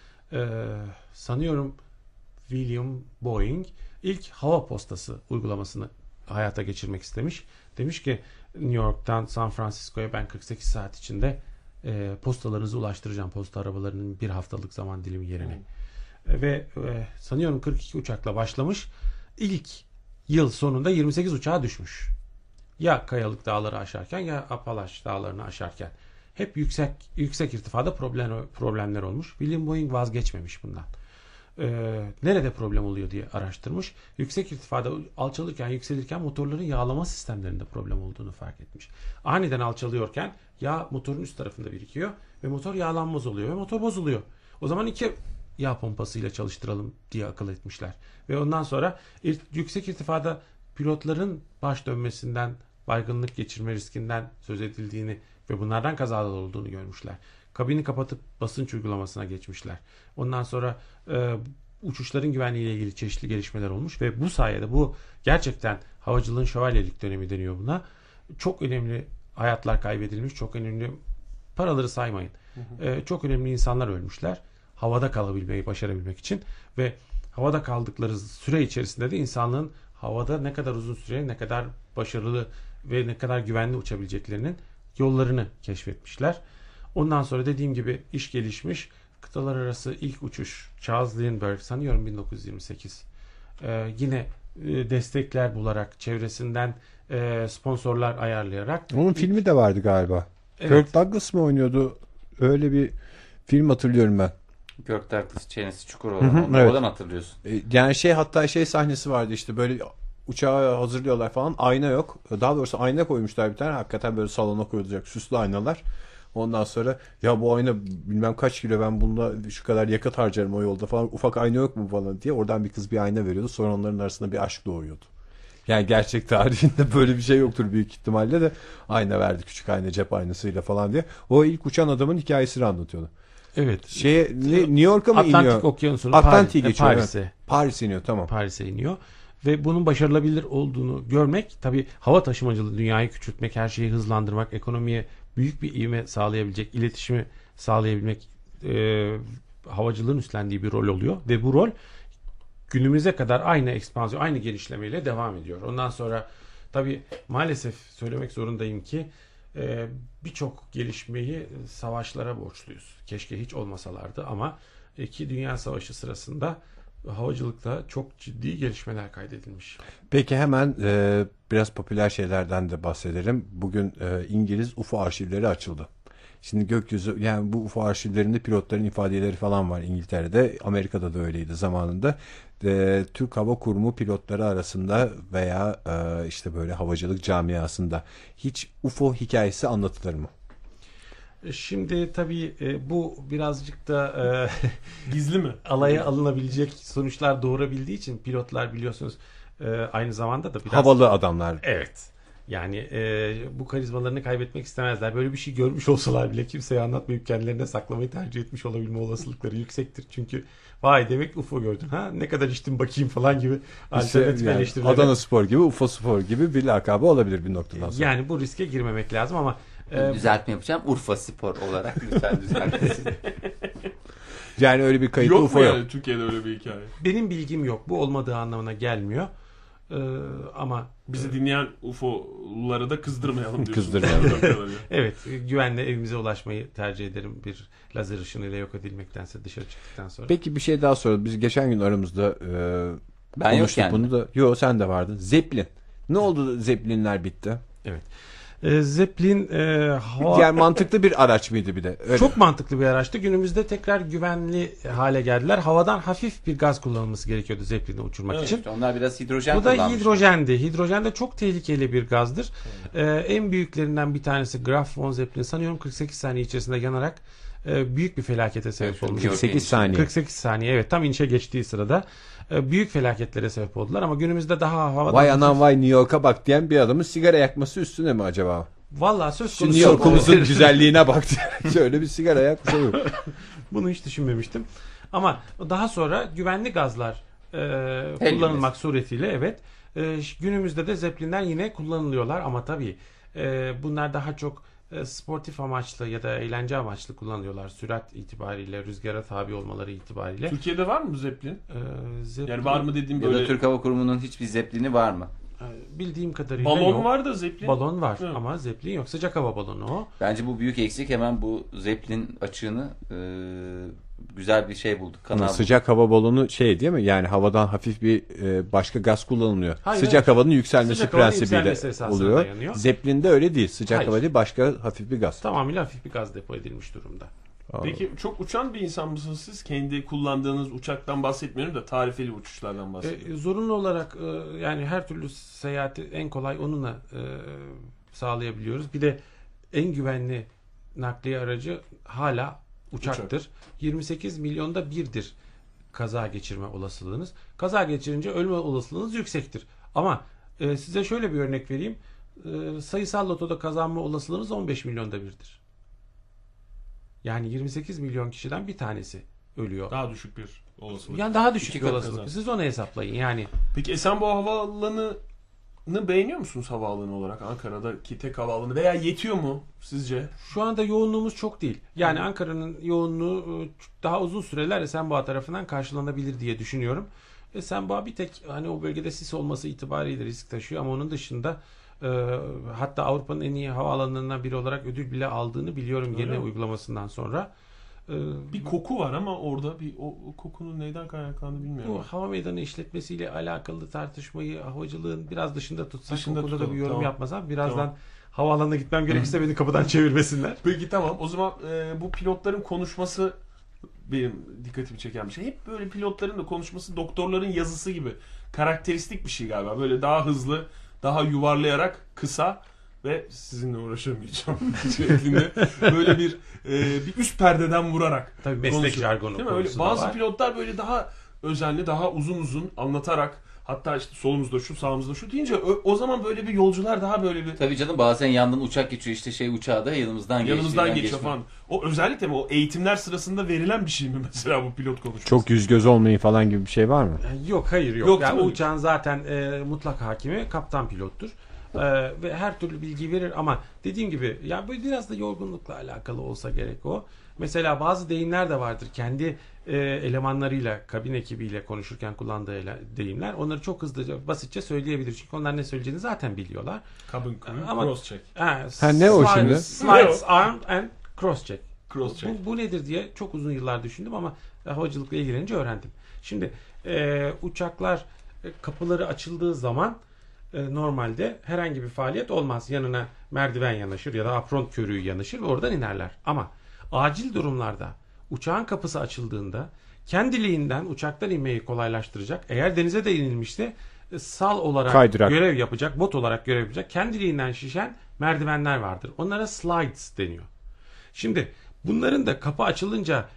[SPEAKER 3] sanıyorum William Boeing ilk hava postası uygulamasını hayata geçirmek istemiş. Demiş ki New York'tan San Francisco'ya ben 48 saat içinde postalarınızı ulaştıracağım. Posta arabalarının bir haftalık zaman dilimi yerine. Ve sanıyorum 42 uçakla başlamış. İlk yıl sonunda 28 uçağa düşmüş. Ya Kayalık Dağları aşarken ya Apalaş Dağları'nı aşarken. Hep yüksek irtifada problemler olmuş. William Boeing vazgeçmemiş bundan. Nerede problem oluyor diye araştırmış. Yüksek irtifada alçalırken, yükselirken motorların yağlama sistemlerinde problem olduğunu fark etmiş. Aniden alçalıyorken yağ motorun üst tarafında birikiyor ve motor yağlanmaz oluyor ve motor bozuluyor. O zaman 2 yağ pompasıyla çalıştıralım diye akıl etmişler. Ve ondan sonra yüksek irtifada pilotların baş dönmesinden, baygınlık geçirme riskinden söz edildiğini ve bunlardan kazalar olduğunu görmüşler. Kabini kapatıp basınç uygulamasına geçmişler. Ondan sonra uçuşların güvenliğiyle ilgili çeşitli gelişmeler olmuş ve bu sayede bu gerçekten havacılığın şövalyelik dönemi deniyor buna. Çok önemli hayatlar kaybedilmiş, çok önemli paraları saymayın. Çok önemli insanlar ölmüşler. Havada kalabilmeyi başarabilmek için ve havada kaldıkları süre içerisinde de insanlığın havada ne kadar uzun süre, ne kadar başarılı ve ne kadar güvenli uçabileceklerinin yollarını keşfetmişler. Ondan sonra dediğim gibi iş gelişmiş. Kıtalar arası ilk uçuş Charles Lindbergh sanıyorum 1928. Yine destekler bularak, çevresinden sponsorlar ayarlayarak.
[SPEAKER 1] Onun filmi de vardı galiba. Evet. Kirk Douglas mı oynuyordu? Öyle bir film hatırlıyorum ben.
[SPEAKER 4] Kirk Douglas çenesi çukur olan. Evet. Oradan hatırlıyorsun.
[SPEAKER 1] Yani hatta sahnesi vardı işte böyle uçağı hazırlıyorlar falan. Ayna yok. Daha doğrusu ayna koymuşlar bir tane. Hakikaten böyle salona koyulacak süslü aynalar. Ondan sonra ya bu ayna bilmem kaç kilo, ben bunda şu kadar yakıt harcarım o yolda falan, ufak ayna yok mu falan diye. Oradan bir kız bir ayna veriyordu. Sonra onların arasında bir aşk doğuyordu. Yani gerçek tarihinde böyle bir şey yoktur büyük ihtimalle de. Ayna verdi, küçük ayna, cep aynasıyla falan diye. O ilk uçan adamın hikayesini anlatıyordu.
[SPEAKER 3] Evet.
[SPEAKER 1] New York'a mı iniyor?
[SPEAKER 3] Atlantik Okyanusu'nun
[SPEAKER 1] Atlantik'e geçiyor.
[SPEAKER 3] Paris'e.
[SPEAKER 1] Evet. Paris'e iniyor, tamam.
[SPEAKER 3] Paris'e iniyor. Ve bunun başarılabilir olduğunu görmek, tabii hava taşımacılığı, dünyayı küçültmek, her şeyi hızlandırmak, ekonomiye büyük bir ivme sağlayabilecek, iletişimi sağlayabilmek havacılığın üstlendiği bir rol oluyor. Ve bu rol günümüze kadar aynı ekspansiyon, aynı genişlemeyle devam ediyor. Ondan sonra tabii maalesef söylemek zorundayım ki birçok gelişmeyi savaşlara borçluyuz. Keşke hiç olmasalardı ama 2. Dünya Savaşı sırasında havacılıkta çok ciddi gelişmeler kaydedilmiş.
[SPEAKER 1] Peki hemen biraz popüler şeylerden de bahsedelim. Bugün İngiliz UFO arşivleri açıldı. Şimdi gökyüzü, yani bu UFO arşivlerinde pilotların ifadeleri falan var İngiltere'de. Amerika'da da öyleydi zamanında. Türk Hava Kurumu pilotları arasında veya işte böyle havacılık camiasında hiç UFO hikayesi anlatılır mı?
[SPEAKER 3] Şimdi tabii bu birazcık da
[SPEAKER 2] gizli mi?
[SPEAKER 3] Alaya alınabilecek sonuçlar doğurabildiği için pilotlar biliyorsunuz aynı zamanda da biraz
[SPEAKER 1] havalı adamlar.
[SPEAKER 3] Evet. Yani bu karizmalarını kaybetmek istemezler. Böyle bir şey görmüş olsalar bile kimseye anlatmayıp kendilerine saklamayı tercih etmiş olabilme olasılıkları yüksektir. Çünkü vay demek UFO gördün ha, ne kadar içtim bakayım falan gibi alternatif
[SPEAKER 1] yani
[SPEAKER 3] eleştiriler.
[SPEAKER 1] Adana Spor gibi, UFO Spor gibi bir lakabı olabilir bir noktadan sonra.
[SPEAKER 3] Yani bu riske girmemek lazım ama
[SPEAKER 4] düzeltme yapacağım. Urfa Spor olarak lütfen düzeltmesin.
[SPEAKER 1] Yani öyle bir kayıtlı UFO yok.
[SPEAKER 2] Yani Türkiye'de öyle bir hikaye?
[SPEAKER 3] Benim bilgim yok. Bu olmadığı anlamına gelmiyor. Ama
[SPEAKER 2] bizi dinleyen UFO'ları da kızdırmayalım diyorsun.
[SPEAKER 1] Kızdırmayalım.
[SPEAKER 3] Evet, güvenle evimize ulaşmayı tercih ederim bir lazer ışınıyla yok edilmektense dışarı çıktıktan sonra.
[SPEAKER 1] Peki bir şey daha soralım. Biz geçen gün aramızda
[SPEAKER 4] ben
[SPEAKER 1] konuştuk
[SPEAKER 4] yokken
[SPEAKER 1] bunu da. Yo, sen de vardın. Zeppelin. Ne oldu da Zeppelinler bitti?
[SPEAKER 3] Evet. Zeppelin
[SPEAKER 1] Yani mantıklı bir araç mıydı bir de? Öyle.
[SPEAKER 3] çok mantıklı bir araçtı. Günümüzde tekrar güvenli hale geldiler. Havadan hafif bir gaz kullanılması gerekiyordu Zeppelin'i uçurmak için.
[SPEAKER 4] İşte onlar biraz hidrojen
[SPEAKER 3] Bu da
[SPEAKER 4] kullanmış.
[SPEAKER 3] hidrojendi. Hidrojen de çok tehlikeli bir gazdır. En büyüklerinden bir tanesi Graf von Zeppelin sanıyorum 48 saniye içerisinde yanarak büyük bir felakete sebep olmuş.
[SPEAKER 1] 48 saniye.
[SPEAKER 3] 48 saniye evet, tam inişe geçtiği sırada büyük felaketlere sebep oldular ama günümüzde daha havadan...
[SPEAKER 1] Vay anam vay New York'a bak diyen bir adamın sigara yakması üstüne mi acaba?
[SPEAKER 3] Vallahi söz
[SPEAKER 1] Şu
[SPEAKER 3] konusu...
[SPEAKER 1] New York'umuzun güzelliğine bak diye şöyle bir sigara yakmış olur.
[SPEAKER 3] Bunu hiç düşünmemiştim. Ama daha sonra güvenli gazlar kullanılmak suretiyle evet günümüzde de Zeppelinler yine kullanılıyorlar ama tabii bunlar daha çok sportif amaçlı ya da eğlence amaçlı kullanılıyorlar. Sürat itibariyle, rüzgara tabi olmaları itibariyle.
[SPEAKER 2] Türkiye'de var mı Zeppelin?
[SPEAKER 3] Zeppelin,
[SPEAKER 2] Yani var mı dediğim
[SPEAKER 4] Ya
[SPEAKER 2] böyle...
[SPEAKER 4] da Türk Hava Kurumu'nun hiçbir Zeppelin'i var mı?
[SPEAKER 3] bildiğim kadarıyla
[SPEAKER 2] Balon
[SPEAKER 3] yok.
[SPEAKER 2] var da Zeppelin.
[SPEAKER 3] Balon var
[SPEAKER 2] Evet.
[SPEAKER 3] ama Zeppelin yok. Sıcak hava balonu o.
[SPEAKER 4] Bence bu büyük eksik. Hemen bu Zeppelin açığını güzel bir şey bulduk. Kanal bulduk.
[SPEAKER 1] Sıcak hava balonu şey değil mi? Yani havadan hafif bir başka gaz kullanılıyor.
[SPEAKER 3] Hayır,
[SPEAKER 1] Sıcak havanın yükselmesi
[SPEAKER 3] Sıcak havanın
[SPEAKER 1] prensibiyle
[SPEAKER 3] yükselmesi esasına
[SPEAKER 1] oluyor.
[SPEAKER 3] dayanıyor.
[SPEAKER 1] Zeppelin'de öyle değil. Sıcak
[SPEAKER 3] Hayır.
[SPEAKER 1] hava değil, başka hafif bir gaz.
[SPEAKER 3] Tamamıyla hafif bir gaz depo edilmiş durumda.
[SPEAKER 2] Peki çok uçan bir insan mısınız siz? Kendi kullandığınız uçaktan bahsetmiyorum da tarifeli uçuşlardan bahsediyorum.
[SPEAKER 3] Zorunlu olarak yani her türlü seyahati en kolay onunla sağlayabiliyoruz. Bir de en güvenli nakliye aracı hala uçaktır. 28 milyonda birdir kaza geçirme olasılığınız. Kaza geçirince ölme olasılığınız yüksektir. Ama size şöyle bir örnek vereyim. Sayısal lotoda kazanma olasılığınız 15 milyonda birdir. Yani 28 milyon kişiden bir tanesi ölüyor.
[SPEAKER 2] Daha düşük bir olasılık.
[SPEAKER 3] Yani daha düşük
[SPEAKER 4] İki
[SPEAKER 3] bir
[SPEAKER 4] kat
[SPEAKER 3] olasılık.
[SPEAKER 2] kazan.
[SPEAKER 3] Siz onu hesaplayın. Yani
[SPEAKER 2] Peki Esenboğa Havaalanı'nı beğeniyor musunuz havaalanı olarak? Ankara'daki tek havaalanı veya yetiyor mu sizce?
[SPEAKER 3] şu anda yoğunluğumuz çok değil. Yani Ankara'nın yoğunluğu daha uzun süreler Esenboğa tarafından karşılanabilir diye düşünüyorum. Esenboğa bir tek hani o bölgede sis olması itibariyle risk taşıyor ama onun dışında hatta Avrupa'nın en iyi havaalanlarından biri olarak ödül bile aldığını biliyorum
[SPEAKER 2] Öyle
[SPEAKER 3] yeni
[SPEAKER 2] mi?
[SPEAKER 3] uygulamasından sonra.
[SPEAKER 2] Bir koku var ama orada bir o kokunun neyden kaynaklandığını bilmiyorum.
[SPEAKER 3] Bu hava meydanı işletmesiyle alakalı tartışmayı havacılığın biraz dışında tutsak,
[SPEAKER 2] Dışında
[SPEAKER 3] o konuda da bir
[SPEAKER 2] tutalım,
[SPEAKER 3] yorum
[SPEAKER 2] tamam.
[SPEAKER 3] yapmasam birazdan
[SPEAKER 2] Tamam.
[SPEAKER 3] havaalanına gitmem gerekirse beni kapıdan çevirmesinler.
[SPEAKER 2] Peki tamam. O zaman bu pilotların konuşması benim dikkatimi çeken bir şey. Hep böyle pilotların da konuşması doktorların yazısı gibi. Karakteristik bir şey galiba. Böyle daha hızlı, daha yuvarlayarak kısa ve sizinle uğraşamayacağım şeklinde böyle bir üst perdeden vurarak
[SPEAKER 3] Tabii meslek
[SPEAKER 2] konuşuyor.
[SPEAKER 3] jargonu
[SPEAKER 2] Değil mi? Öyle,
[SPEAKER 3] konusu da
[SPEAKER 2] bazı
[SPEAKER 3] var.
[SPEAKER 2] pilotlar böyle daha özenli, daha uzun uzun anlatarak hatta işte solumuzda şu, sağımızda şu deyince o zaman böyle bir yolcular daha böyle bir
[SPEAKER 4] Tabii canım, bazen yandan uçak geçiyor, işte uçağı da yanımızdan
[SPEAKER 2] yanımızdan geçiyor
[SPEAKER 4] geçmiyor.
[SPEAKER 2] falan. O özellikle mi o eğitimler sırasında verilen bir şey mi mesela bu pilot konuşması?
[SPEAKER 1] Çok yüz göz olmayın falan gibi bir şey var mı?
[SPEAKER 3] Yok, hayır yok.
[SPEAKER 2] Yok,
[SPEAKER 3] Yani
[SPEAKER 2] değil
[SPEAKER 3] o
[SPEAKER 2] mi?
[SPEAKER 3] uçağın zaten mutlak hakimi kaptan pilottur. Ve her türlü bilgi verir ama dediğim gibi ya böyle biraz da yorgunlukla alakalı olsa gerek o. Mesela bazı deyimler de vardır. Kendi elemanlarıyla, kabin ekibiyle konuşurken kullandığı deyimler. Onları çok hızlıca, basitçe söyleyebilir. Çünkü onlar ne söyleyeceğini zaten biliyorlar.
[SPEAKER 2] Cabin crew,
[SPEAKER 3] Ama-
[SPEAKER 2] cross check.
[SPEAKER 1] ne o şimdi?
[SPEAKER 3] Slides, armed and cross check.
[SPEAKER 2] Cross check.
[SPEAKER 3] Bu nedir diye çok uzun yıllar düşündüm ama havacılıkla ilgilenince öğrendim. Şimdi uçaklar kapıları açıldığı zaman normalde herhangi bir faaliyet olmaz. Yanına merdiven yanaşır ya da apron körüğü yanaşır ve oradan inerler. Ama acil durumlarda uçağın kapısı açıldığında kendiliğinden uçaktan inmeyi kolaylaştıracak. Eğer denize de inilmişse sal olarak
[SPEAKER 1] Kaydırak.
[SPEAKER 3] görev yapacak, bot olarak görev yapacak kendiliğinden şişen merdivenler vardır. Onlara slides deniyor. Şimdi bunların da kapı açılınca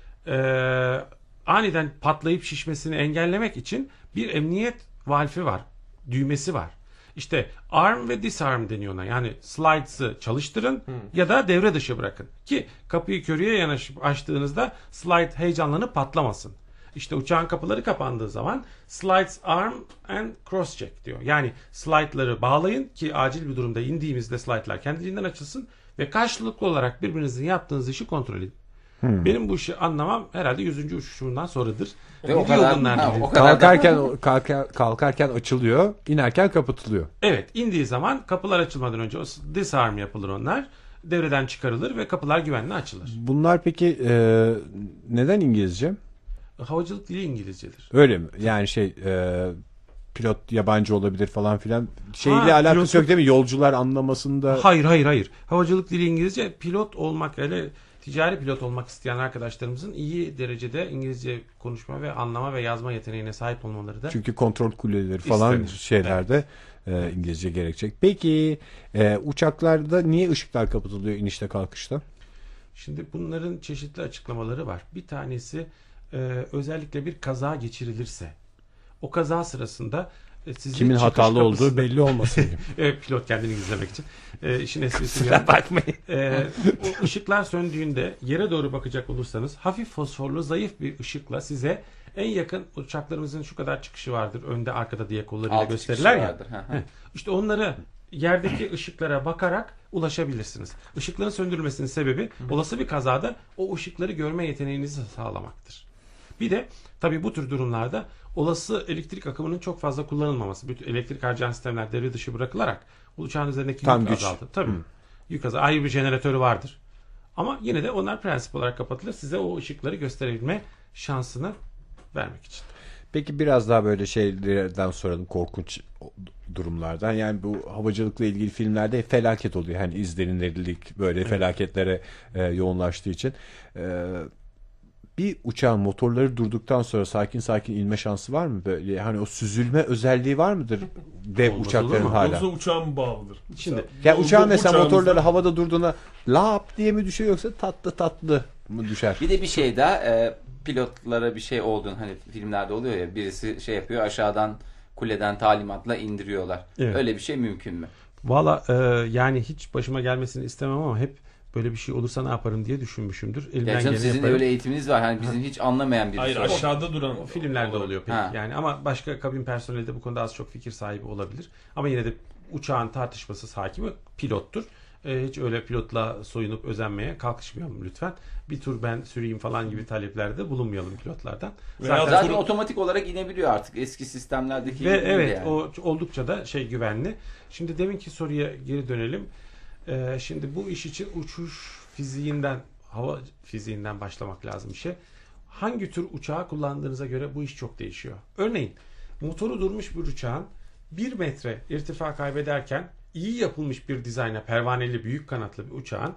[SPEAKER 3] aniden patlayıp şişmesini engellemek için bir emniyet valfi var. Düğmesi var. İşte arm ve disarm deniyor ona. Yani slides'ı çalıştırın ya da devre dışı bırakın. Ki kapıyı körüye yanaşıp açtığınızda slide heyecanlanıp patlamasın. İşte uçağın kapıları kapandığı zaman slides arm and cross check diyor. Yani slide'ları bağlayın ki acil bir durumda indiğimizde slide'lar kendiliğinden açılsın ve karşılıklı olarak birbirinizin yaptığınız işi kontrol edin. Benim bu işi anlamam herhalde 100. uçuşumdan sonradır.
[SPEAKER 4] Ve o
[SPEAKER 3] Gidiyor
[SPEAKER 4] kadar-
[SPEAKER 3] bunlar
[SPEAKER 4] ha,
[SPEAKER 3] gibi.
[SPEAKER 4] o kadar da-
[SPEAKER 1] Kalkarken açılıyor, inerken kapatılıyor.
[SPEAKER 3] Evet, indiği zaman kapılar açılmadan önce o disarm yapılır onlar. Devreden çıkarılır ve kapılar güvenle açılır.
[SPEAKER 1] Bunlar peki neden İngilizce?
[SPEAKER 3] Havacılık dili İngilizcedir.
[SPEAKER 1] Öyle mi? Yani pilot yabancı olabilir falan filan. Şeyle alakası yok değil mi? Yolcular anlamasında.
[SPEAKER 3] Hayır. Havacılık dili İngilizce. Pilot olmak, hele ticari pilot olmak isteyen arkadaşlarımızın iyi derecede İngilizce konuşma ve anlama ve yazma yeteneğine sahip olmaları da.
[SPEAKER 1] Çünkü kontrol kuleleri falan
[SPEAKER 3] İstenir.
[SPEAKER 1] şeylerde İngilizce gerekecek. Peki uçaklarda niye ışıklar kapatılıyor inişte kalkışta?
[SPEAKER 3] Şimdi bunların çeşitli açıklamaları var. Bir tanesi özellikle bir kaza geçirilirse, o kaza sırasında sizin
[SPEAKER 1] kimin hatalı olduğu
[SPEAKER 3] kapısında,
[SPEAKER 1] belli olmasın gibi.
[SPEAKER 3] pilot kendini gizlemek için. İşin esprisi bakmayın. O ışıklar söndüğünde yere doğru bakacak olursanız hafif fosforlu zayıf bir ışıkla size en yakın uçaklarımızın şu kadar çıkışı vardır önde arkada diye kollarıyla gösterirler ya. İşte onları yerdeki ışıklara bakarak ulaşabilirsiniz. Işıkların söndürülmesinin sebebi olası bir kazada o ışıkları görme yeteneğinizi sağlamaktır. Bir de tabii bu tür durumlarda olası elektrik akımının çok fazla kullanılmaması. Bütün elektrik harcayan sistemler devre dışı bırakılarak uçağın üzerindeki yük azaltır. Tabii. Yük azaltır. Ayrı bir jeneratörü vardır. Ama yine de onlar prensip olarak kapatılır. Size o ışıkları gösterebilme şansını vermek için.
[SPEAKER 1] Peki biraz daha böyle şeylerden soralım, korkunç durumlardan. Yani bu havacılıkla ilgili filmlerde felaket oluyor. Hani izlenirlik böyle felaketlere yoğunlaştığı için. Bir uçağın motorları durduktan sonra sakin sakin inme şansı var mı? Böyle hani o süzülme özelliği var mıdır dev
[SPEAKER 3] Olmaz
[SPEAKER 1] uçakların
[SPEAKER 3] olur mu?
[SPEAKER 1] hala?
[SPEAKER 2] Yoksa uçağın mı bağlıdır?
[SPEAKER 3] Şimdi
[SPEAKER 1] Ya uçağın mesela
[SPEAKER 2] uçağımızda-
[SPEAKER 1] motorları havada durduğuna lap diye mi düşüyor yoksa tatlı tatlı mı düşer?
[SPEAKER 4] Bir de bir şey daha pilotlara bir şey olduğunu hani filmlerde oluyor ya, birisi şey yapıyor aşağıdan kuleden talimatla indiriyorlar.
[SPEAKER 3] Evet.
[SPEAKER 4] Öyle bir şey mümkün mü?
[SPEAKER 3] valla yani hiç başıma gelmesini istemem ama hep böyle bir şey olursa ne yaparım diye düşünmüşümdür. Elimden
[SPEAKER 4] Ya canım,
[SPEAKER 3] geleni
[SPEAKER 4] sizin
[SPEAKER 3] yaparım.
[SPEAKER 4] öyle eğitiminiz var. Hani bizim hiç anlamayan birisi.
[SPEAKER 2] Hayır,
[SPEAKER 4] var.
[SPEAKER 2] aşağıda duran.
[SPEAKER 3] O filmlerde oluyor pek
[SPEAKER 4] Ha.
[SPEAKER 3] yani, ama başka kabin personeli de bu konuda az çok fikir sahibi olabilir. Ama yine de uçağın tartışmasız hakimi pilottur. Hiç öyle pilotla soyunup özenmeye kalkışmayalım lütfen. Bir tur ben süreyim falan gibi taleplerde bulunmayalım pilotlardan.
[SPEAKER 2] Veya
[SPEAKER 4] Zaten otomatik olarak inebiliyor artık eski sistemlerdeki
[SPEAKER 3] Ve
[SPEAKER 4] gibi değil
[SPEAKER 3] evet
[SPEAKER 4] yani.
[SPEAKER 3] o oldukça da güvenli. Şimdi deminki soruya geri dönelim. Şimdi bu iş için uçuş fiziğinden, hava fiziğinden başlamak lazım işe. Hangi tür uçağı kullandığınıza göre bu iş çok değişiyor. Örneğin motoru durmuş bir uçağın 1 metre irtifa kaybederken iyi yapılmış bir dizayna, pervaneli büyük kanatlı bir uçağın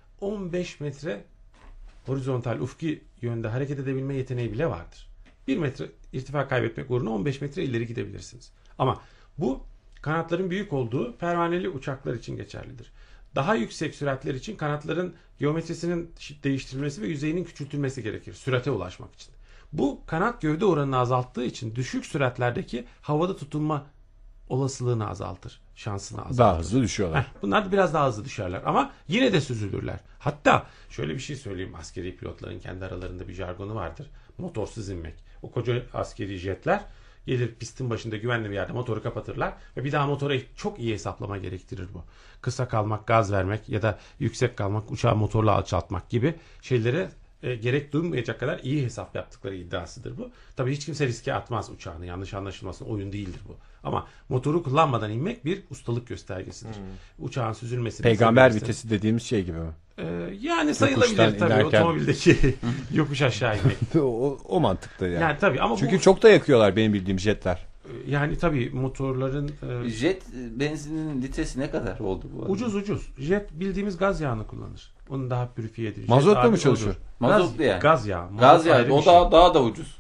[SPEAKER 3] 15 metre horizontal ufki yönde hareket edebilme yeteneği bile vardır. 1 metre irtifa kaybetmek uğruna 15 metre ileri gidebilirsiniz. Ama bu kanatların büyük olduğu pervaneli uçaklar için geçerlidir. Daha yüksek süratler için kanatların geometrisinin değiştirilmesi ve yüzeyinin küçültülmesi gerekir sürate ulaşmak için. Bu kanat gövde oranını azalttığı için düşük süratlerdeki havada tutunma olasılığını azaltır, şansını azaltır.
[SPEAKER 1] Daha hızlı düşüyorlar.
[SPEAKER 3] Bunlar da biraz daha hızlı düşerler ama yine de süzülürler. Hatta şöyle bir şey söyleyeyim, askeri pilotların kendi aralarında bir jargonu vardır. Motorsuz inmek. O koca askeri jetler gelir pistin başında güvenli bir yerde motoru kapatırlar ve bir daha motora çok iyi hesaplama gerektirir bu. Kısa kalmak, gaz vermek ya da yüksek kalmak, uçağı motorla alçaltmak gibi şeylere gerek duymayacak kadar iyi hesap yaptıkları iddiasıdır bu. Tabii hiç kimse riske atmaz uçağını, yanlış anlaşılmasın, oyun değildir bu. Ama motoru kullanmadan inmek bir ustalık göstergesidir. Uçağın süzülmesini...
[SPEAKER 1] Peygamber vitesi dediğimiz şey gibi mi?
[SPEAKER 3] Yani sayılabilir
[SPEAKER 1] Yokuştan
[SPEAKER 3] tabii
[SPEAKER 1] inerken.
[SPEAKER 3] otomobildeki yokuş aşağı inmek.
[SPEAKER 1] o mantıkta yani.
[SPEAKER 3] Yani tabii ama
[SPEAKER 1] Çünkü
[SPEAKER 3] bu,
[SPEAKER 1] çok da yakıyorlar benim bildiğim jetler.
[SPEAKER 3] yani tabii motorların
[SPEAKER 4] Jet benzinin litresi ne kadar oldu bu arada?
[SPEAKER 3] ucuz. Jet bildiğimiz gaz yağını kullanır. Onun daha pürifiye edilir.
[SPEAKER 1] Mazotla
[SPEAKER 3] Jet
[SPEAKER 1] mı
[SPEAKER 3] abi
[SPEAKER 1] çalışıyor?
[SPEAKER 3] odur.
[SPEAKER 4] Mazotlu yani.
[SPEAKER 3] Gaz yağı.
[SPEAKER 4] Gaz
[SPEAKER 3] Mazot ayrı
[SPEAKER 4] yağı o
[SPEAKER 3] bir şey.
[SPEAKER 4] daha da ucuz.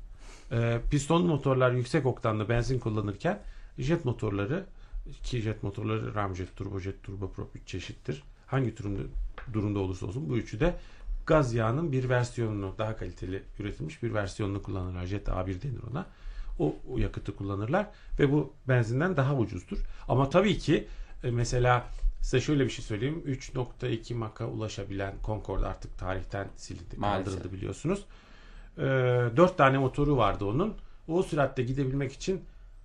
[SPEAKER 3] Pistonlu motorlar yüksek oktanlı benzin kullanırken jet motorları, ki jet motorları ramjet, turbojet, turboprop 3 çeşittir. Hangi durumda olursa olsun bu üçü de gaz yağının bir versiyonunu, daha kaliteli üretilmiş bir versiyonunu kullanırlar. Jet A1 denir ona. O yakıtı kullanırlar ve bu benzinden daha ucuzdur. Ama tabii ki mesela size şöyle bir şey söyleyeyim. 3.2 Mach'a ulaşabilen Concorde artık tarihten silindi, kaldırıldı biliyorsunuz. 4 tane motoru vardı onun. O süratte gidebilmek için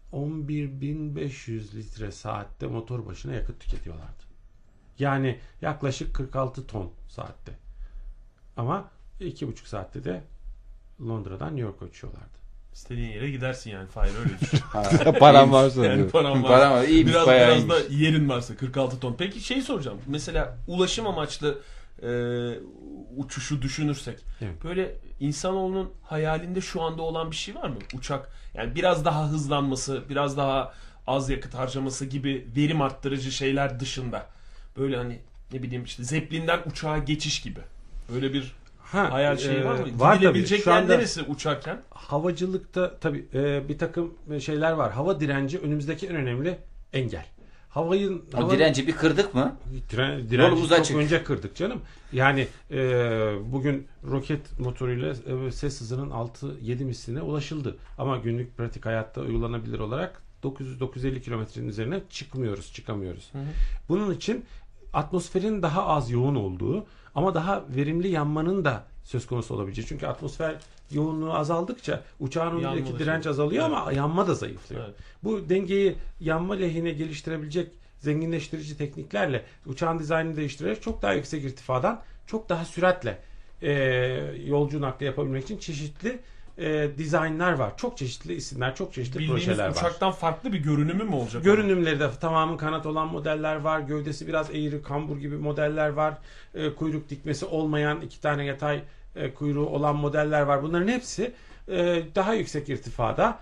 [SPEAKER 3] 11.500 litre saatte motor başına yakıt tüketiyorlardı. Yani yaklaşık 46 ton saatte. Ama 2,5 saatte de Londra'dan New York'a uçuyorlardı.
[SPEAKER 2] İstediğin yere gidersin yani. Fahir öyle düşün.
[SPEAKER 1] Param varsa.
[SPEAKER 2] Yani
[SPEAKER 1] diyor.
[SPEAKER 2] param var.
[SPEAKER 4] Param var. İyiymiş,
[SPEAKER 2] Biraz
[SPEAKER 4] bayağı
[SPEAKER 2] da
[SPEAKER 4] iyiymiş.
[SPEAKER 2] yerin varsa 46 ton. Peki şey soracağım. Mesela ulaşım amaçlı uçuşu düşünürsek.
[SPEAKER 3] Evet.
[SPEAKER 2] Böyle insanoğlunun hayalinde şu anda olan bir şey var mı? Uçak yani biraz daha hızlanması, biraz daha az yakıt harcaması gibi verim arttırıcı şeyler dışında. Böyle hani ne bileyim işte Zeppelin'den uçağa geçiş gibi. Öyle bir hayal şeyi var mı?
[SPEAKER 3] Var
[SPEAKER 2] Gidilebilecek
[SPEAKER 3] tabii. Şu
[SPEAKER 2] yer
[SPEAKER 3] anda
[SPEAKER 2] neresi uçarken?
[SPEAKER 3] havacılıkta tabii bir takım şeyler var. Hava direnci önümüzdeki en önemli engel.
[SPEAKER 4] O direnci bir kırdık mı?
[SPEAKER 3] Direnci
[SPEAKER 4] Yolumuz
[SPEAKER 3] çok
[SPEAKER 4] açık.
[SPEAKER 3] önce kırdık canım. Yani bugün roket motoruyla ses hızının 6-7 misline ulaşıldı. Ama günlük pratik hayatta uygulanabilir olarak 900-950 kilometrenin üzerine çıkamıyoruz. Bunun için atmosferin daha az yoğun olduğu ama daha verimli yanmanın da söz konusu olabileceği. Çünkü atmosfer yoğunluğu azaldıkça uçağın önündeki direnç azalıyor ama yanma da zayıflıyor. Evet. Bu dengeyi yanma lehine geliştirebilecek zenginleştirici tekniklerle uçağın dizaynını değiştirerek çok daha yüksek irtifadan çok daha süratle yolcu nakli yapabilmek için çeşitli dizaynlar var. Çok çeşitli isimler, çok çeşitli
[SPEAKER 2] bildiğiniz
[SPEAKER 3] projeler var.
[SPEAKER 2] uçaktan farklı bir görünümü mü olacak?
[SPEAKER 3] Görünümleri de tamamı kanat olan modeller var. Gövdesi biraz eğri, kambur gibi modeller var. Kuyruk dikmesi olmayan 2 tane yatay kuyruğu olan modeller var. Bunların hepsi daha yüksek irtifada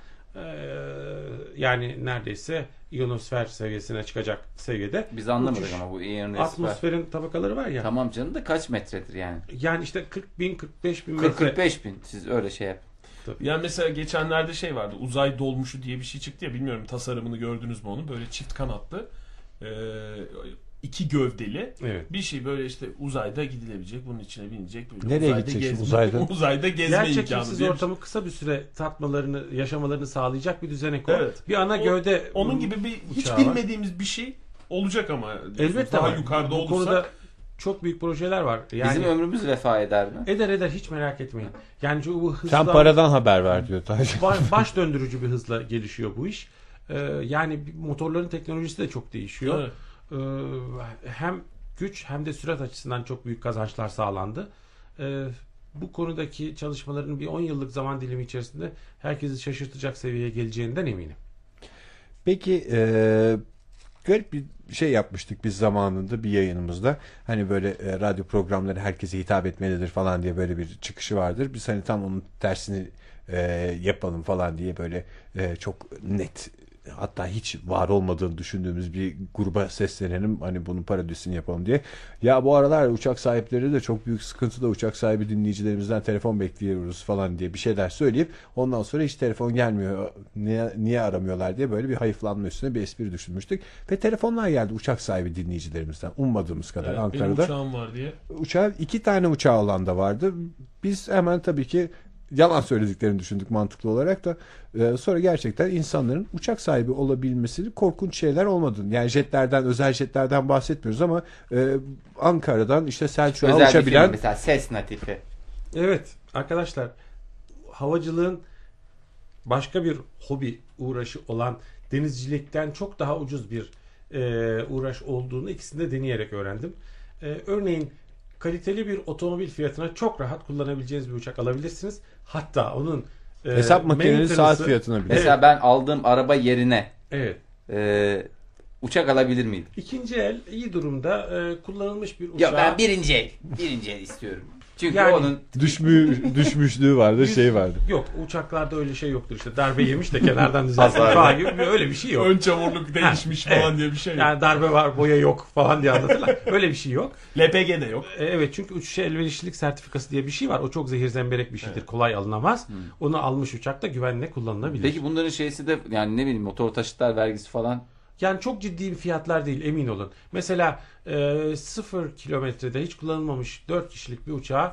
[SPEAKER 3] yani neredeyse ionosfer seviyesine çıkacak seviyede.
[SPEAKER 4] Biz anlamadık ama bu ionosfer.
[SPEAKER 3] Atmosferin tabakaları var ya.
[SPEAKER 4] Tamam canım da kaç metredir yani?
[SPEAKER 3] Yani işte 40.000 45.000 metre.
[SPEAKER 4] 40-45 bin. Siz öyle şey yapın.
[SPEAKER 2] Yani mesela geçenlerde şey vardı. Uzay dolmuşu diye bir şey çıktı ya. Bilmiyorum tasarımını gördünüz mü onu. Böyle çift kanatlı. 2 gövdeli.
[SPEAKER 3] Evet.
[SPEAKER 2] Bir şey böyle işte uzayda gidilebilecek. Bunun içine binilecek. Böyle
[SPEAKER 1] Nereye
[SPEAKER 2] uzayda
[SPEAKER 1] gideceksin uzayda?
[SPEAKER 2] Uzayda gezme imkanı.
[SPEAKER 3] Yerçekimsiz
[SPEAKER 2] diye.
[SPEAKER 3] ortamı kısa bir süre tatmalarını, yaşamalarını sağlayacak bir düzene koy.
[SPEAKER 2] Evet.
[SPEAKER 3] Bir ana gövde
[SPEAKER 2] onun gibi bir hiç
[SPEAKER 3] uçağı
[SPEAKER 2] bilmediğimiz bir şey olacak ama.
[SPEAKER 3] Elbette
[SPEAKER 2] daha
[SPEAKER 3] var.
[SPEAKER 2] yukarıda
[SPEAKER 3] Bu
[SPEAKER 2] olursa.
[SPEAKER 3] konuda çok büyük projeler var. Yani
[SPEAKER 4] Bizim ömrümüz vefa eder mi?
[SPEAKER 3] eder hiç merak etmeyin. Yani bu hızla
[SPEAKER 1] Sen paradan haber ver diyor Taci.
[SPEAKER 3] baş döndürücü bir hızla gelişiyor bu iş. Yani motorların teknolojisi de çok değişiyor.
[SPEAKER 2] Evet.
[SPEAKER 3] Hem güç hem de sürat açısından çok büyük kazançlar sağlandı. Bu konudaki çalışmaların bir 10 yıllık zaman dilimi içerisinde herkesi şaşırtacak seviyeye geleceğinden eminim.
[SPEAKER 1] Peki garip bir şey yapmıştık biz zamanında bir yayınımızda. Hani böyle radyo programları herkese hitap etmelidir falan diye böyle bir çıkışı vardır. Biz hani tam onun tersini yapalım falan diye böyle çok net, hatta hiç var olmadığını düşündüğümüz bir gruba seslenelim, hani bunun parodisini yapalım diye. Ya bu aralar uçak sahipleri de çok büyük sıkıntıda, uçak sahibi dinleyicilerimizden telefon bekliyoruz falan diye bir şeyler söyleyip ondan sonra hiç telefon gelmiyor, niye aramıyorlar diye böyle bir hayıflanma üstüne bir espri düşünmüştük. Ve telefonlar geldi uçak sahibi dinleyicilerimizden ummadığımız kadar,
[SPEAKER 2] Evet,
[SPEAKER 1] Ankara'da.
[SPEAKER 2] benim uçağım var diye.
[SPEAKER 1] Uçağı 2 tane uçağı olan da vardı. Biz hemen tabii ki yalan söylediklerini düşündük mantıklı olarak da sonra gerçekten insanların uçak sahibi olabilmesi korkunç şeyler olmadı. Yani jetlerden, özel jetlerden bahsetmiyoruz ama Ankara'dan işte Selçuk'a
[SPEAKER 4] Özel
[SPEAKER 1] uçabilen,
[SPEAKER 4] bir film mesela Cessna tipi.
[SPEAKER 3] Evet arkadaşlar, havacılığın başka bir hobi uğraşı olan denizcilikten çok daha ucuz bir uğraş olduğunu ikisini de deneyerek öğrendim. Örneğin kaliteli bir otomobil fiyatına çok rahat kullanabileceğiniz bir uçak alabilirsiniz. Hatta onun
[SPEAKER 1] hesap makineli saat fiyatına bile.
[SPEAKER 4] Mesela ben aldığım araba yerine uçak alabilir miydim?
[SPEAKER 3] İkinci el iyi durumda kullanılmış bir uçağı.
[SPEAKER 4] Ya ben birinci el istiyorum. Çünkü
[SPEAKER 3] Yani
[SPEAKER 4] onun
[SPEAKER 1] düşmüşlüğü vardı, şey vardı.
[SPEAKER 3] Yok, uçaklarda öyle şey yoktur işte. Darbe yemiş de kenardan düzeltmiş falan gibi öyle bir şey yok.
[SPEAKER 2] Ön çamurluk değişmiş falan diye bir şey yok.
[SPEAKER 3] Yani darbe var, boya yok falan diye anlatırlar. Öyle bir şey yok.
[SPEAKER 2] LPG de yok.
[SPEAKER 3] Evet, çünkü uçuşa elverişlilik sertifikası diye bir şey var. O çok zehir zemberek bir şeydir. Kolay alınamaz. Onu almış uçakta güvenle kullanılabilir.
[SPEAKER 4] Peki bunların şeysi de yani ne bileyim motor taşıtlar vergisi falan.
[SPEAKER 3] Yani çok ciddi fiyatlar değil, emin olun. Mesela 0 kilometrede hiç kullanılmamış 4 kişilik bir uçağı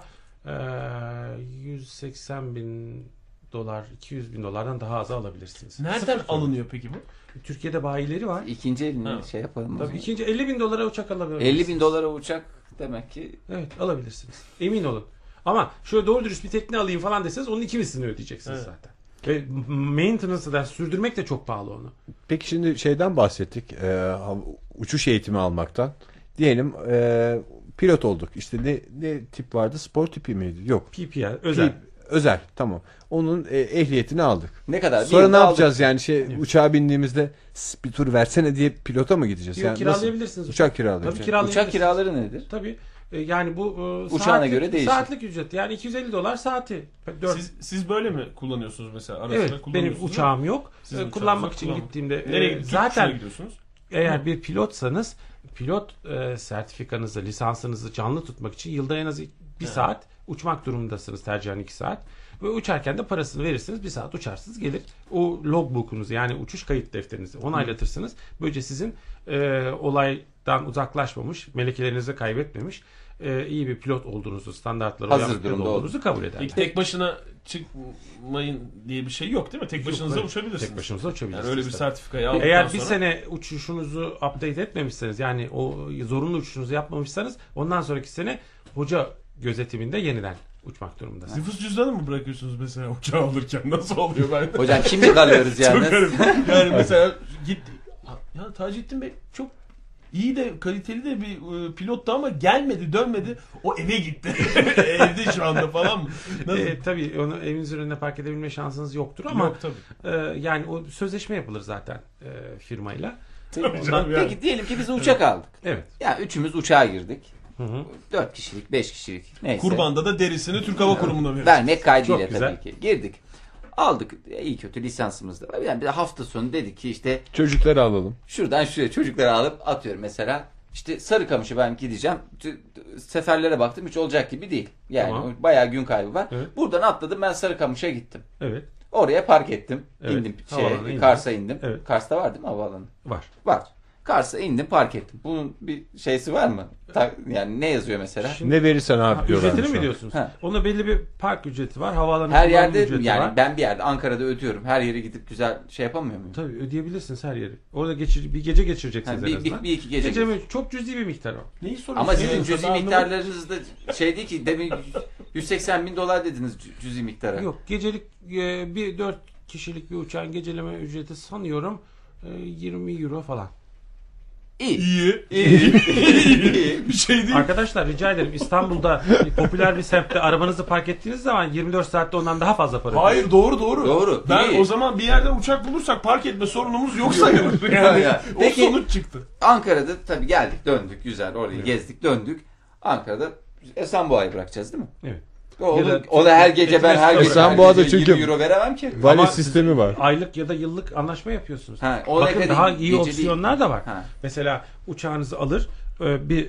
[SPEAKER 3] 180.000 dolar, 200.000 dolardan daha az alabilirsiniz.
[SPEAKER 2] Nereden alınıyor peki bu?
[SPEAKER 3] Türkiye'de bayileri var.
[SPEAKER 4] İkinci elini şey yapalım.
[SPEAKER 3] Tabii ikinci 50.000 dolara uçak alabilirsiniz.
[SPEAKER 4] 50.000 dolara uçak demek ki.
[SPEAKER 3] Evet, alabilirsiniz. Emin olun. Ama şöyle doğru dürüst bir tekne alayım falan deseniz onun 2 mislini ödeyeceksiniz zaten. Ve maintenance'ı da sürdürmek de çok pahalı onu.
[SPEAKER 1] Peki şimdi şeyden bahsettik, uçuş eğitimi almaktan. Diyelim pilot olduk. İşte ne tip vardı? Spor tipi miydi? Yok.
[SPEAKER 3] PPL özel.
[SPEAKER 1] Özel, tamam. Onun ehliyetini aldık.
[SPEAKER 4] Ne kadar? Bir
[SPEAKER 1] Sonra
[SPEAKER 4] yılda
[SPEAKER 1] ne
[SPEAKER 4] aldık.
[SPEAKER 1] yapacağız yani uçağa bindiğimizde bir tur versene diye pilota mı gideceğiz?
[SPEAKER 3] Yok,
[SPEAKER 1] Yani
[SPEAKER 3] kiralayabilirsiniz.
[SPEAKER 1] Uçak kiralayacağız.
[SPEAKER 3] Tabii kiralayabilirsiniz.
[SPEAKER 4] Uçak kiraları nedir?
[SPEAKER 3] Tabii. Yani bu
[SPEAKER 4] Uçağına göre değişir.
[SPEAKER 3] Saatlik ücret. Yani $250 saati. 4.
[SPEAKER 2] Siz böyle mi kullanıyorsunuz mesela? Arasına
[SPEAKER 3] Evet, benim
[SPEAKER 2] kullanıyorsunuz
[SPEAKER 3] uçağım yok.
[SPEAKER 2] Sizin
[SPEAKER 3] Kullanmak
[SPEAKER 2] uçağınız
[SPEAKER 3] için
[SPEAKER 2] yok,
[SPEAKER 3] gittiğimde
[SPEAKER 2] Nereye gidiyorsunuz?
[SPEAKER 3] zaten
[SPEAKER 2] Gidiyorsunuz?
[SPEAKER 3] eğer bir pilotsanız pilot sertifikanızı, lisansınızı canlı tutmak için yılda en az 1 saat uçmak durumundasınız, tercihen 2 saat. Ve uçarken de parasını verirsiniz, 1 saat uçarsınız gelir. O logbook'unuzu yani uçuş kayıt defterinizi onaylatırsınız. Böylece sizin olaydan uzaklaşmamış, melekelerinizi kaybetmemiş, iyi bir pilot olduğunuzu, standartlara
[SPEAKER 4] Hazır
[SPEAKER 3] uyan bir pilot
[SPEAKER 4] durumda
[SPEAKER 3] olduğunuzu kabul eder.
[SPEAKER 2] Peki tek başına çıkmayın diye bir şey yok değil mi? Tek başınıza
[SPEAKER 3] evet.
[SPEAKER 2] uçabilirsiniz.
[SPEAKER 3] Tek başınıza uçabilirsiniz.
[SPEAKER 2] Yani öyle bir
[SPEAKER 3] tabii.
[SPEAKER 2] sertifikayı aldıktan
[SPEAKER 3] Eğer bir
[SPEAKER 2] sonra...
[SPEAKER 3] sene uçuşunuzu update etmemişseniz, yani o zorunlu uçuşunuzu yapmamışsanız, ondan sonraki sene hoca gözetiminde yeniden uçmak durumundasınız.
[SPEAKER 2] Nüfus cüzdanı mı bırakıyorsunuz mesela uçağı alırken? Nasıl oluyor ben?
[SPEAKER 4] Hocam kimlik alıyoruz yani.
[SPEAKER 2] Çok garip. Yani mesela ya Taceddin Bey çok iyi de kaliteli de bir pilottu ama gelmedi, dönmedi. O eve gitti. Evde şu anda falan mı? Nasıl?
[SPEAKER 3] Tabii onu evinizin önüne park edebilme şansınız yoktur ama
[SPEAKER 2] Yok tabii.
[SPEAKER 3] yani o sözleşme yapılır zaten firmayla.
[SPEAKER 2] Canım yani.
[SPEAKER 4] Peki diyelim ki biz uçak aldık.
[SPEAKER 3] Evet.
[SPEAKER 4] Ya üçümüz uçağa girdik.
[SPEAKER 3] Hı hı.
[SPEAKER 4] 4 kişilik, 5 kişilik neyse.
[SPEAKER 2] Kurbanda da derisini Türk Hava Kurumu'na veriyoruz.
[SPEAKER 4] Vermek kaydıyla
[SPEAKER 3] Çok güzel.
[SPEAKER 4] tabii ki. Girdik. Aldık. İyi kötü lisansımız da var. Yani bir de hafta sonu dedik ki işte
[SPEAKER 1] Çocukları alalım.
[SPEAKER 4] şuradan şuraya çocukları alıp atıyorum mesela. İşte Sarıkamış'a ben gideceğim. Seferlere baktım hiç olacak gibi değil. Yani
[SPEAKER 3] Tamam.
[SPEAKER 4] bayağı gün kaybı var.
[SPEAKER 3] Evet.
[SPEAKER 4] Buradan atladım ben Sarıkamış'a gittim.
[SPEAKER 3] Evet.
[SPEAKER 4] Oraya park ettim.
[SPEAKER 3] Evet.
[SPEAKER 4] İndim
[SPEAKER 3] Havaalanına indiniz.
[SPEAKER 4] Kars'a indim.
[SPEAKER 3] Evet.
[SPEAKER 4] Kars'ta var değil mi havaalanı?
[SPEAKER 3] Var.
[SPEAKER 4] Var. Kars'a indim park ettim. Bunun bir şeysi var mı? Yani ne yazıyor mesela?
[SPEAKER 1] Ne verirsen abi diyorlar.
[SPEAKER 3] Ücretini mi diyorsunuz?
[SPEAKER 4] Ha.
[SPEAKER 3] Onun belli bir park ücreti var. Havaalanı
[SPEAKER 4] Her
[SPEAKER 3] kullanma
[SPEAKER 4] yerde
[SPEAKER 3] ücreti
[SPEAKER 4] yani
[SPEAKER 3] var.
[SPEAKER 4] ben bir yerde Ankara'da ödüyorum. Her yere gidip güzel şey yapamıyor muyum?
[SPEAKER 3] Tabii ödeyebilirsiniz her yeri. Orada bir gece geçireceksiniz
[SPEAKER 4] Ha,
[SPEAKER 3] en azından.
[SPEAKER 4] bir iki gece.
[SPEAKER 3] Gece mi? Çok cüzi bir miktar o.
[SPEAKER 2] Neyi soruyorsunuz?
[SPEAKER 4] Ama sizin
[SPEAKER 2] Yani
[SPEAKER 4] cüzi
[SPEAKER 2] zaten
[SPEAKER 4] miktarlarınız da şey değil ki demin $180.000 dediniz cüzi miktara.
[SPEAKER 3] Yok, gecelik bir 4 kişilik bir uçağın geceleme ücreti sanıyorum 20 euro falan.
[SPEAKER 4] İyi.
[SPEAKER 2] İyi. Bir şey değil.
[SPEAKER 3] Arkadaşlar rica ederim, İstanbul'da popüler bir semtte arabanızı park ettiğiniz zaman 24 saatte ondan daha fazla para
[SPEAKER 2] Hayır doğru.
[SPEAKER 4] Doğru.
[SPEAKER 2] Ben
[SPEAKER 4] İyi.
[SPEAKER 2] o zaman bir yerden uçak bulursak park etme sorunumuz yok sayılır. Yani
[SPEAKER 4] Ya.
[SPEAKER 2] o
[SPEAKER 4] Peki-
[SPEAKER 2] sonuç çıktı.
[SPEAKER 4] Ankara'da tabii geldik döndük güzel orayı gezdik döndük. Ankara'da Esenboğa'yı bırakacağız değil mi?
[SPEAKER 3] Evet.
[SPEAKER 4] Onu,
[SPEAKER 3] Ya da-
[SPEAKER 4] ona her gece ben her gece
[SPEAKER 1] Esenboğa'da
[SPEAKER 4] her gece
[SPEAKER 1] çünkü-
[SPEAKER 4] 20 euro veremem ki.
[SPEAKER 1] Vale
[SPEAKER 3] Ama
[SPEAKER 1] sistemi var.
[SPEAKER 3] Aylık ya da yıllık anlaşma yapıyorsunuz.
[SPEAKER 4] Ha, o ne
[SPEAKER 3] Bakın
[SPEAKER 4] kadar
[SPEAKER 3] daha
[SPEAKER 4] gece
[SPEAKER 3] iyi
[SPEAKER 4] değil.
[SPEAKER 3] opsiyonlar da var.
[SPEAKER 4] Ha.
[SPEAKER 3] Mesela uçağınızı alır bir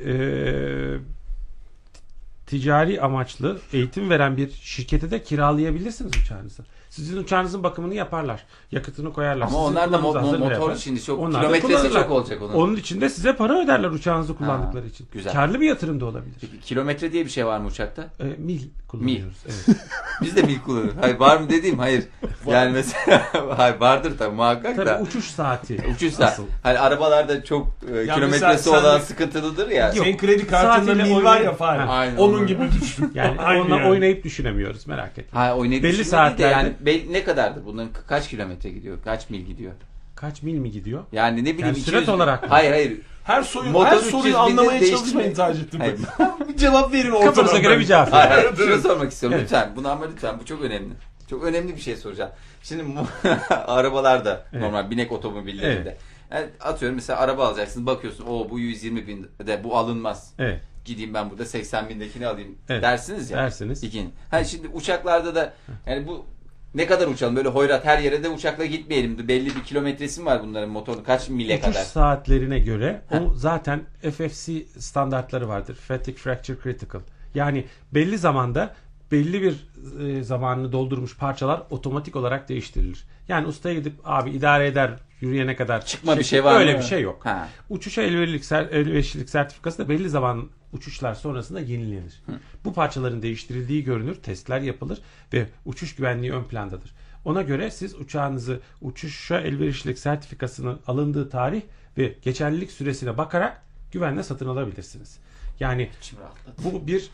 [SPEAKER 3] ticari amaçlı eğitim veren bir şirkete de kiralayabilirsiniz uçağınızı. Sizin uçağınızın bakımını yaparlar. Yakıtını koyarlar.
[SPEAKER 4] Ama
[SPEAKER 3] Sizin
[SPEAKER 4] onlar da
[SPEAKER 3] kullanımınızı hazır
[SPEAKER 4] motor
[SPEAKER 3] yapar.
[SPEAKER 4] şimdi çok
[SPEAKER 3] Onlar da
[SPEAKER 4] kilometresi
[SPEAKER 3] kullanırlar.
[SPEAKER 4] çok olacak onun.
[SPEAKER 3] Onun için de size para öderler uçağınızı kullandıkları için.
[SPEAKER 4] güzel.
[SPEAKER 3] Karlı bir yatırım da olabilir.
[SPEAKER 4] Peki, kilometre diye bir şey var mı uçakta?
[SPEAKER 3] Mil kullanıyoruz. Evet.
[SPEAKER 4] Biz de mil kullanıyoruz. Hayır var mı dediğim hayır. Yani mesela hayır vardır tabii muhakkak da.
[SPEAKER 3] Tabii uçuş saati.
[SPEAKER 4] Uçuş saat.
[SPEAKER 3] Asıl.
[SPEAKER 4] Hani arabalarda çok
[SPEAKER 2] mesela
[SPEAKER 4] kilometresi
[SPEAKER 2] sen
[SPEAKER 4] olan
[SPEAKER 2] de-
[SPEAKER 4] sıkıntılıdır ya.
[SPEAKER 3] Yok.
[SPEAKER 2] Senin kredi kartında
[SPEAKER 3] Saatiyle
[SPEAKER 2] mil var ya
[SPEAKER 3] oynayıp-
[SPEAKER 2] Fahri.
[SPEAKER 3] Ha.
[SPEAKER 4] Aynen
[SPEAKER 2] Onun
[SPEAKER 4] öyle.
[SPEAKER 2] gibi düşün.
[SPEAKER 3] Yani
[SPEAKER 2] Aynı
[SPEAKER 3] onunla
[SPEAKER 2] yani.
[SPEAKER 3] oynayıp düşünemiyoruz, merak etmeyin.
[SPEAKER 4] Ha oynayıp
[SPEAKER 3] Belli
[SPEAKER 4] düşünmedi de
[SPEAKER 3] saatlerde-
[SPEAKER 4] yani ne kadardır bunların kaç kilometre gidiyor? Kaç mil gidiyor?
[SPEAKER 3] Kaç mil mi gidiyor?
[SPEAKER 4] Yani ne bileyim
[SPEAKER 3] Yani
[SPEAKER 4] 200
[SPEAKER 3] sürat olarak mı?
[SPEAKER 4] Hayır.
[SPEAKER 2] Her
[SPEAKER 4] Motor 300
[SPEAKER 2] soruyu
[SPEAKER 4] binde
[SPEAKER 2] anlamaya
[SPEAKER 4] değiştirmeyin.
[SPEAKER 2] çalışmayın Taceddin Bey.
[SPEAKER 4] Hayır.
[SPEAKER 2] Bir cevap verin ortadan.
[SPEAKER 3] Kafanıza göre bir cevap
[SPEAKER 4] Hayır,
[SPEAKER 3] verin.
[SPEAKER 4] hayır. Şunu sormak istiyorum
[SPEAKER 3] Evet.
[SPEAKER 4] lütfen. Bunu ama lütfen bu çok önemli. Çok önemli bir şey soracağım. Şimdi arabalarda
[SPEAKER 3] Evet.
[SPEAKER 4] normal binek otomobillerinde. Yani atıyorum mesela araba alacaksın bakıyorsun bu 120 bin de bu alınmaz.
[SPEAKER 3] Evet.
[SPEAKER 4] Gideyim ben burada 80 bindekini alayım
[SPEAKER 3] Evet.
[SPEAKER 4] dersiniz ya.
[SPEAKER 3] Dersiniz.
[SPEAKER 4] İkin. Ha şimdi uçaklarda da yani bu ne kadar uçalım böyle hoyrat her yere de uçakla gitmeyelim. Belli bir kilometresi mi var bunların motorun kaç mile
[SPEAKER 3] Uçuş
[SPEAKER 4] kadar?
[SPEAKER 3] saatlerine göre o zaten FFC standartları vardır. Fatigue Fracture Critical. Yani belli zamanda belli bir zamanını doldurmuş parçalar otomatik olarak değiştirilir. Yani ustaya gidip abi idare eder yürüyene kadar
[SPEAKER 4] Çıkma bir şey var mı?
[SPEAKER 3] öyle bir şey yok.
[SPEAKER 4] Ha.
[SPEAKER 3] Uçuşa elverişlilik sertifikası da belli zaman uçuşlar sonrasında yenilenir. Bu parçaların değiştirildiği görünür, testler yapılır ve uçuş güvenliği ön plandadır. Ona göre siz uçağınızı uçuşa elverişlilik sertifikasının alındığı tarih ve geçerlilik süresine bakarak güvenle satın alabilirsiniz. Yani
[SPEAKER 4] İçim rahatladı.
[SPEAKER 3] bu bir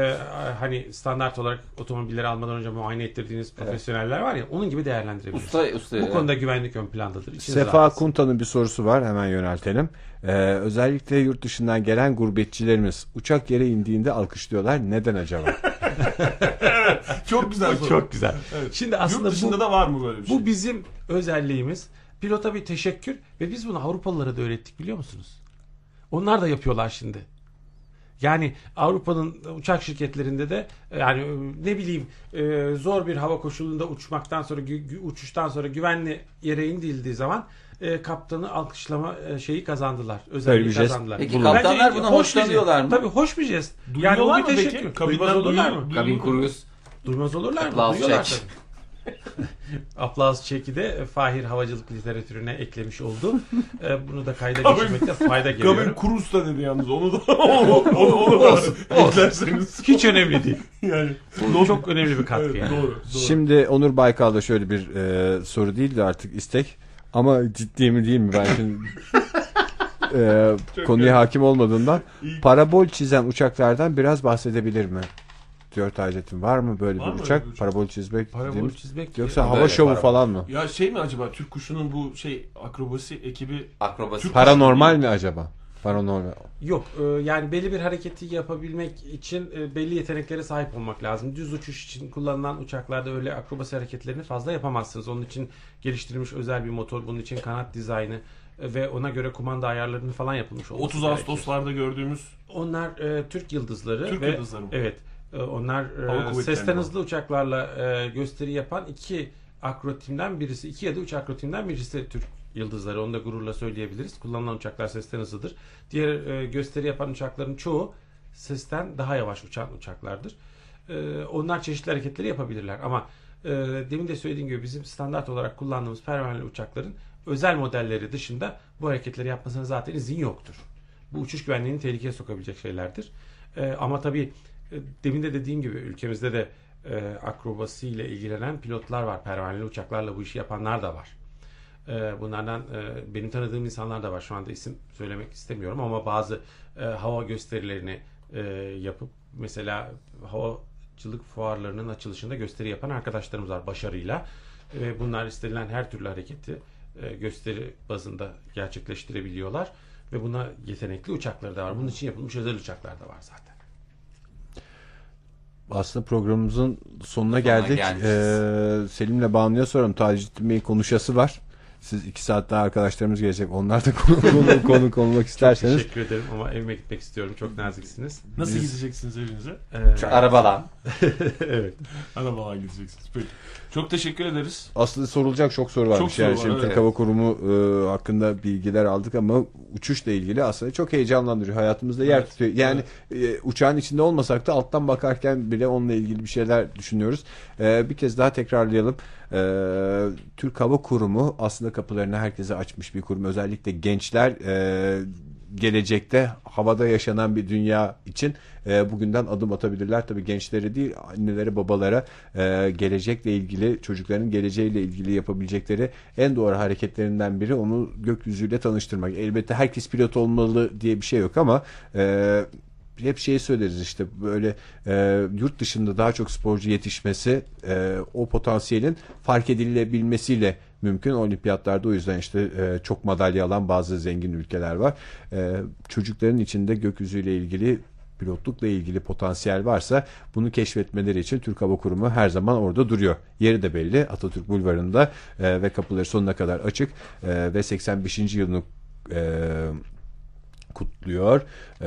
[SPEAKER 3] hani standart olarak otomobilleri almadan önce muayene ettirdiğiniz profesyoneller var ya, onun gibi değerlendirebilirsiniz.
[SPEAKER 4] Usta
[SPEAKER 3] Bu konuda güvenlik ön plandadır. İçiniz
[SPEAKER 1] Sefa
[SPEAKER 3] rahat etsin.
[SPEAKER 1] Kunta'nın bir sorusu var, hemen yöneltelim. Özellikle yurt dışından gelen gurbetçilerimiz uçak yere indiğinde alkışlıyorlar. Neden acaba?
[SPEAKER 2] Çok güzel soru.
[SPEAKER 3] Çok güzel.
[SPEAKER 2] Evet.
[SPEAKER 3] Şimdi aslında
[SPEAKER 2] Yurt dışında da var mı böyle bir şey?
[SPEAKER 3] bu bizim özelliğimiz. Pilota bir teşekkür ve biz bunu Avrupalılara da öğrettik, biliyor musunuz? Onlar da yapıyorlar şimdi. Yani Avrupa'nın uçak şirketlerinde de yani ne bileyim zor bir hava koşulunda uçmaktan sonra uçuştan sonra güvenli yere indirildiği zaman kaptanı alkışlama şeyi kazandılar. Özelliği kazandılar.
[SPEAKER 4] Peki kaptanlar buna hoşlanıyorlar mı?
[SPEAKER 3] Tabii hoş bir jest.
[SPEAKER 2] Duyuyorlar
[SPEAKER 3] yani
[SPEAKER 2] mı peki?
[SPEAKER 3] Duymaz
[SPEAKER 2] Kabinden
[SPEAKER 3] olurlar mı?
[SPEAKER 4] Kabin kuruyuz.
[SPEAKER 3] Duymaz olurlar mı?
[SPEAKER 4] Aplaus
[SPEAKER 3] Duyuyorlar
[SPEAKER 4] çek.
[SPEAKER 3] tabii. Aplaus çeki de Fahir havacılık literatürüne eklemiş oldu. Bunu da kayda geçirmekte fayda
[SPEAKER 2] Kabin
[SPEAKER 3] görüyorum.
[SPEAKER 2] Kurus da dedi yalnız. Onu da onu eklerseniz.
[SPEAKER 3] Hiç önemli değil.
[SPEAKER 2] Yani
[SPEAKER 3] Bu çok önemli bir katkı
[SPEAKER 2] evet,
[SPEAKER 3] yani.
[SPEAKER 2] doğru.
[SPEAKER 1] Şimdi Onur Baykal'da şöyle bir soru değil de artık istek. Ama ciddi mi değil mi ben şimdi konuya hakim olmadığından parabol çizen uçaklardan biraz bahsedebilir mi? Diyor Taceddin. Var mı böyle
[SPEAKER 2] Var
[SPEAKER 1] bir
[SPEAKER 2] mı
[SPEAKER 1] uçak?
[SPEAKER 2] öyle bir uçak?
[SPEAKER 1] Parabol çizmek.
[SPEAKER 3] Parabol
[SPEAKER 1] dediğimiz?
[SPEAKER 3] çizmek
[SPEAKER 1] Yoksa
[SPEAKER 4] Böyle
[SPEAKER 1] hava şovu
[SPEAKER 4] parabol.
[SPEAKER 1] falan mı?
[SPEAKER 2] Ya şey mi acaba Türk Kuşu'nun bu akrobasi ekibi
[SPEAKER 4] Akrobasi.
[SPEAKER 1] Paranormal mi acaba? Paranormal.
[SPEAKER 3] yok. Yani belli bir hareketi yapabilmek için belli yeteneklere sahip olmak lazım. Düz uçuş için kullanılan uçaklarda öyle akrobasi hareketlerini fazla yapamazsınız. Onun için geliştirilmiş özel bir motor, bunun için kanat dizaynı ve ona göre kumanda ayarlarının falan yapılmış olması
[SPEAKER 2] 30
[SPEAKER 3] gerekir.
[SPEAKER 2] Ağustos'larda gördüğümüz
[SPEAKER 3] Onlar Türk yıldızları.
[SPEAKER 2] Türk yıldızları mı?
[SPEAKER 3] Evet. Onlar
[SPEAKER 2] Hava kuvvetlerinde
[SPEAKER 3] sesten
[SPEAKER 2] var.
[SPEAKER 3] hızlı uçaklarla gösteri yapan iki akrotimden birisi, 2 ya da 3 akrotimden birisi Türk yıldızları. Onu da gururla söyleyebiliriz. Kullanılan uçaklar sesten hızlıdır. Diğer gösteri yapan uçakların çoğu sesten daha yavaş uçan uçaklardır. Onlar çeşitli hareketleri yapabilirler. Ama demin de söylediğim gibi bizim standart olarak kullandığımız pervaneli uçakların özel modelleri dışında bu hareketleri yapmasına zaten izin yoktur. Bu uçuş güvenliğini tehlikeye sokabilecek şeylerdir. Ama tabii demin de dediğim gibi ülkemizde de akrobasi ile ilgilenen pilotlar var. Pervaneli uçaklarla bu işi yapanlar da var. Bunlardan benim tanıdığım insanlar da var. Şu anda isim söylemek istemiyorum ama bazı hava gösterilerini yapıp mesela havacılık fuarlarının açılışında gösteri yapan arkadaşlarımız var başarıyla. Bunlar istenilen her türlü hareketi gösteri bazında gerçekleştirebiliyorlar ve buna yetenekli uçakları da var. Bunun için yapılmış özel uçaklar da var zaten.
[SPEAKER 1] Aslında programımızın sonuna geldik. Selim'le Banu'ya soralım. Taceddin Bey'in konuşası var. Siz 2 saat daha arkadaşlarımız gelecek. Onlar da konu konulmak isterseniz.
[SPEAKER 3] Çok teşekkür ederim ama evime gitmek istiyorum. Çok naziksiniz.
[SPEAKER 2] nasıl gideceksiniz evinize?
[SPEAKER 4] Arabalan.
[SPEAKER 3] Evet.
[SPEAKER 2] Arabadan gideceksiniz. Peki. Çok teşekkür ederiz.
[SPEAKER 1] Aslında sorulacak çok soru varmış.
[SPEAKER 2] Çok soru
[SPEAKER 1] Yani
[SPEAKER 2] var,
[SPEAKER 1] şimdi
[SPEAKER 2] evet.
[SPEAKER 1] Türk Hava Kurumu hakkında bilgiler aldık ama uçuşla ilgili aslında çok heyecanlandırıyor. Hayatımızda yer tutuyor. Yani uçağın içinde olmasak da alttan bakarken bile onunla ilgili bir şeyler düşünüyoruz. Bir kez daha tekrarlayalım. Türk Hava Kurumu aslında kapılarını herkese açmış bir kurum. Özellikle gençler gelecekte havada yaşanan bir dünya için bugünden adım atabilirler. Tabii gençlere değil, annelere, babalara gelecekle ilgili, çocukların geleceğiyle ilgili yapabilecekleri en doğru hareketlerinden biri onu gökyüzüyle tanıştırmak. Elbette herkes pilot olmalı diye bir şey yok ama hep şeyi söyleriz işte böyle yurt dışında daha çok sporcu yetişmesi o potansiyelin fark edilebilmesiyle mümkün. Olimpiyatlarda o yüzden işte çok madalya alan bazı zengin ülkeler var. Çocukların içinde gökyüzüyle ilgili, pilotlukla ilgili potansiyel varsa bunu keşfetmeleri için Türk Hava Kurumu her zaman orada duruyor. Yeri de belli, Atatürk Bulvarı'nda ve kapıları sonuna kadar açık ve 85. yılını kutluyor.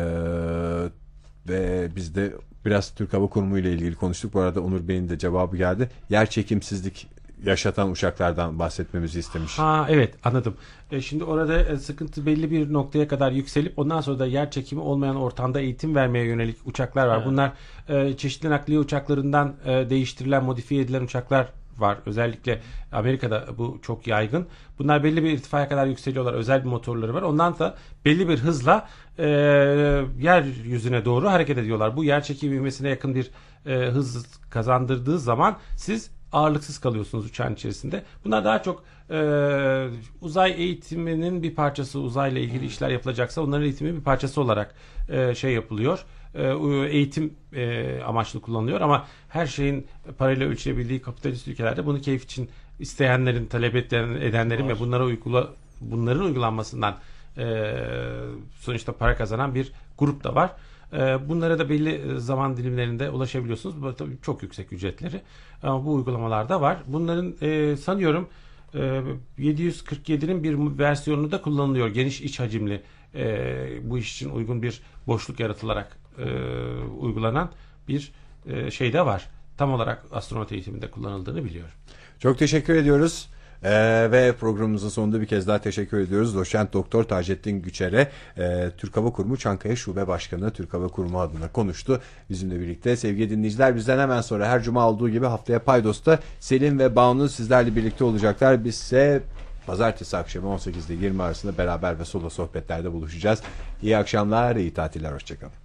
[SPEAKER 1] Ve biz de biraz Türk Hava Kurumu ile ilgili konuştuk. Bu arada Onur Bey'in de cevabı geldi. Yer çekimsizlik yaşatan uçaklardan bahsetmemizi istemiş.
[SPEAKER 3] Ha evet, anladım. Şimdi orada sıkıntı belli bir noktaya kadar yükselip ondan sonra da yer çekimi olmayan ortamda eğitim vermeye yönelik uçaklar var. Evet. Bunlar çeşitli nakliye uçaklarından değiştirilen, modifiye edilen uçaklar var. Özellikle Amerika'da bu çok yaygın. Bunlar belli bir irtifaya kadar yükseliyorlar. Özel bir motorları var. Ondan da belli bir hızla yeryüzüne doğru hareket ediyorlar. Bu yer çekimi ivmesine yakın bir hız kazandırdığı zaman siz ağırlıksız kalıyorsunuz uçağın içerisinde. Bunlar daha çok uzay eğitiminin bir parçası, uzayla ilgili işler yapılacaksa onların eğitimi bir parçası olarak yapılıyor. Eğitim amaçlı kullanılıyor ama her şeyin parayla ölçülebildiği kapitalist ülkelerde bunu keyif için isteyenlerin, talep edenlerin ve bunların uygulanmasından sonuçta para kazanan bir grup da var. Bunlara da belli zaman dilimlerinde ulaşabiliyorsunuz. Bu tabii çok yüksek ücretleri. Ama bu uygulamalarda var. Bunların sanıyorum 747'nin bir versiyonu da kullanılıyor. Geniş iç hacimli, bu iş için uygun bir boşluk yaratılarak uygulanan bir şey de var. Tam olarak astronot eğitiminde kullanıldığını biliyorum.
[SPEAKER 1] Çok teşekkür ediyoruz. Ve programımızın sonunda bir kez daha teşekkür ediyoruz. Doçent Doktor Taceddin Güçer'e, Türk Hava Kurumu Çankaya Şube Başkanı, Türk Hava Kurumu adına konuştu bizimle birlikte. Sevgili dinleyiciler, bizden hemen sonra her cuma olduğu gibi haftaya Paydos'ta Selin ve Banu sizlerle birlikte olacaklar. Biz ise pazartesi akşamı 18 ile 20 arasında beraber ve solo sohbetlerde buluşacağız. İyi akşamlar, iyi tatiller, hoşçakalın.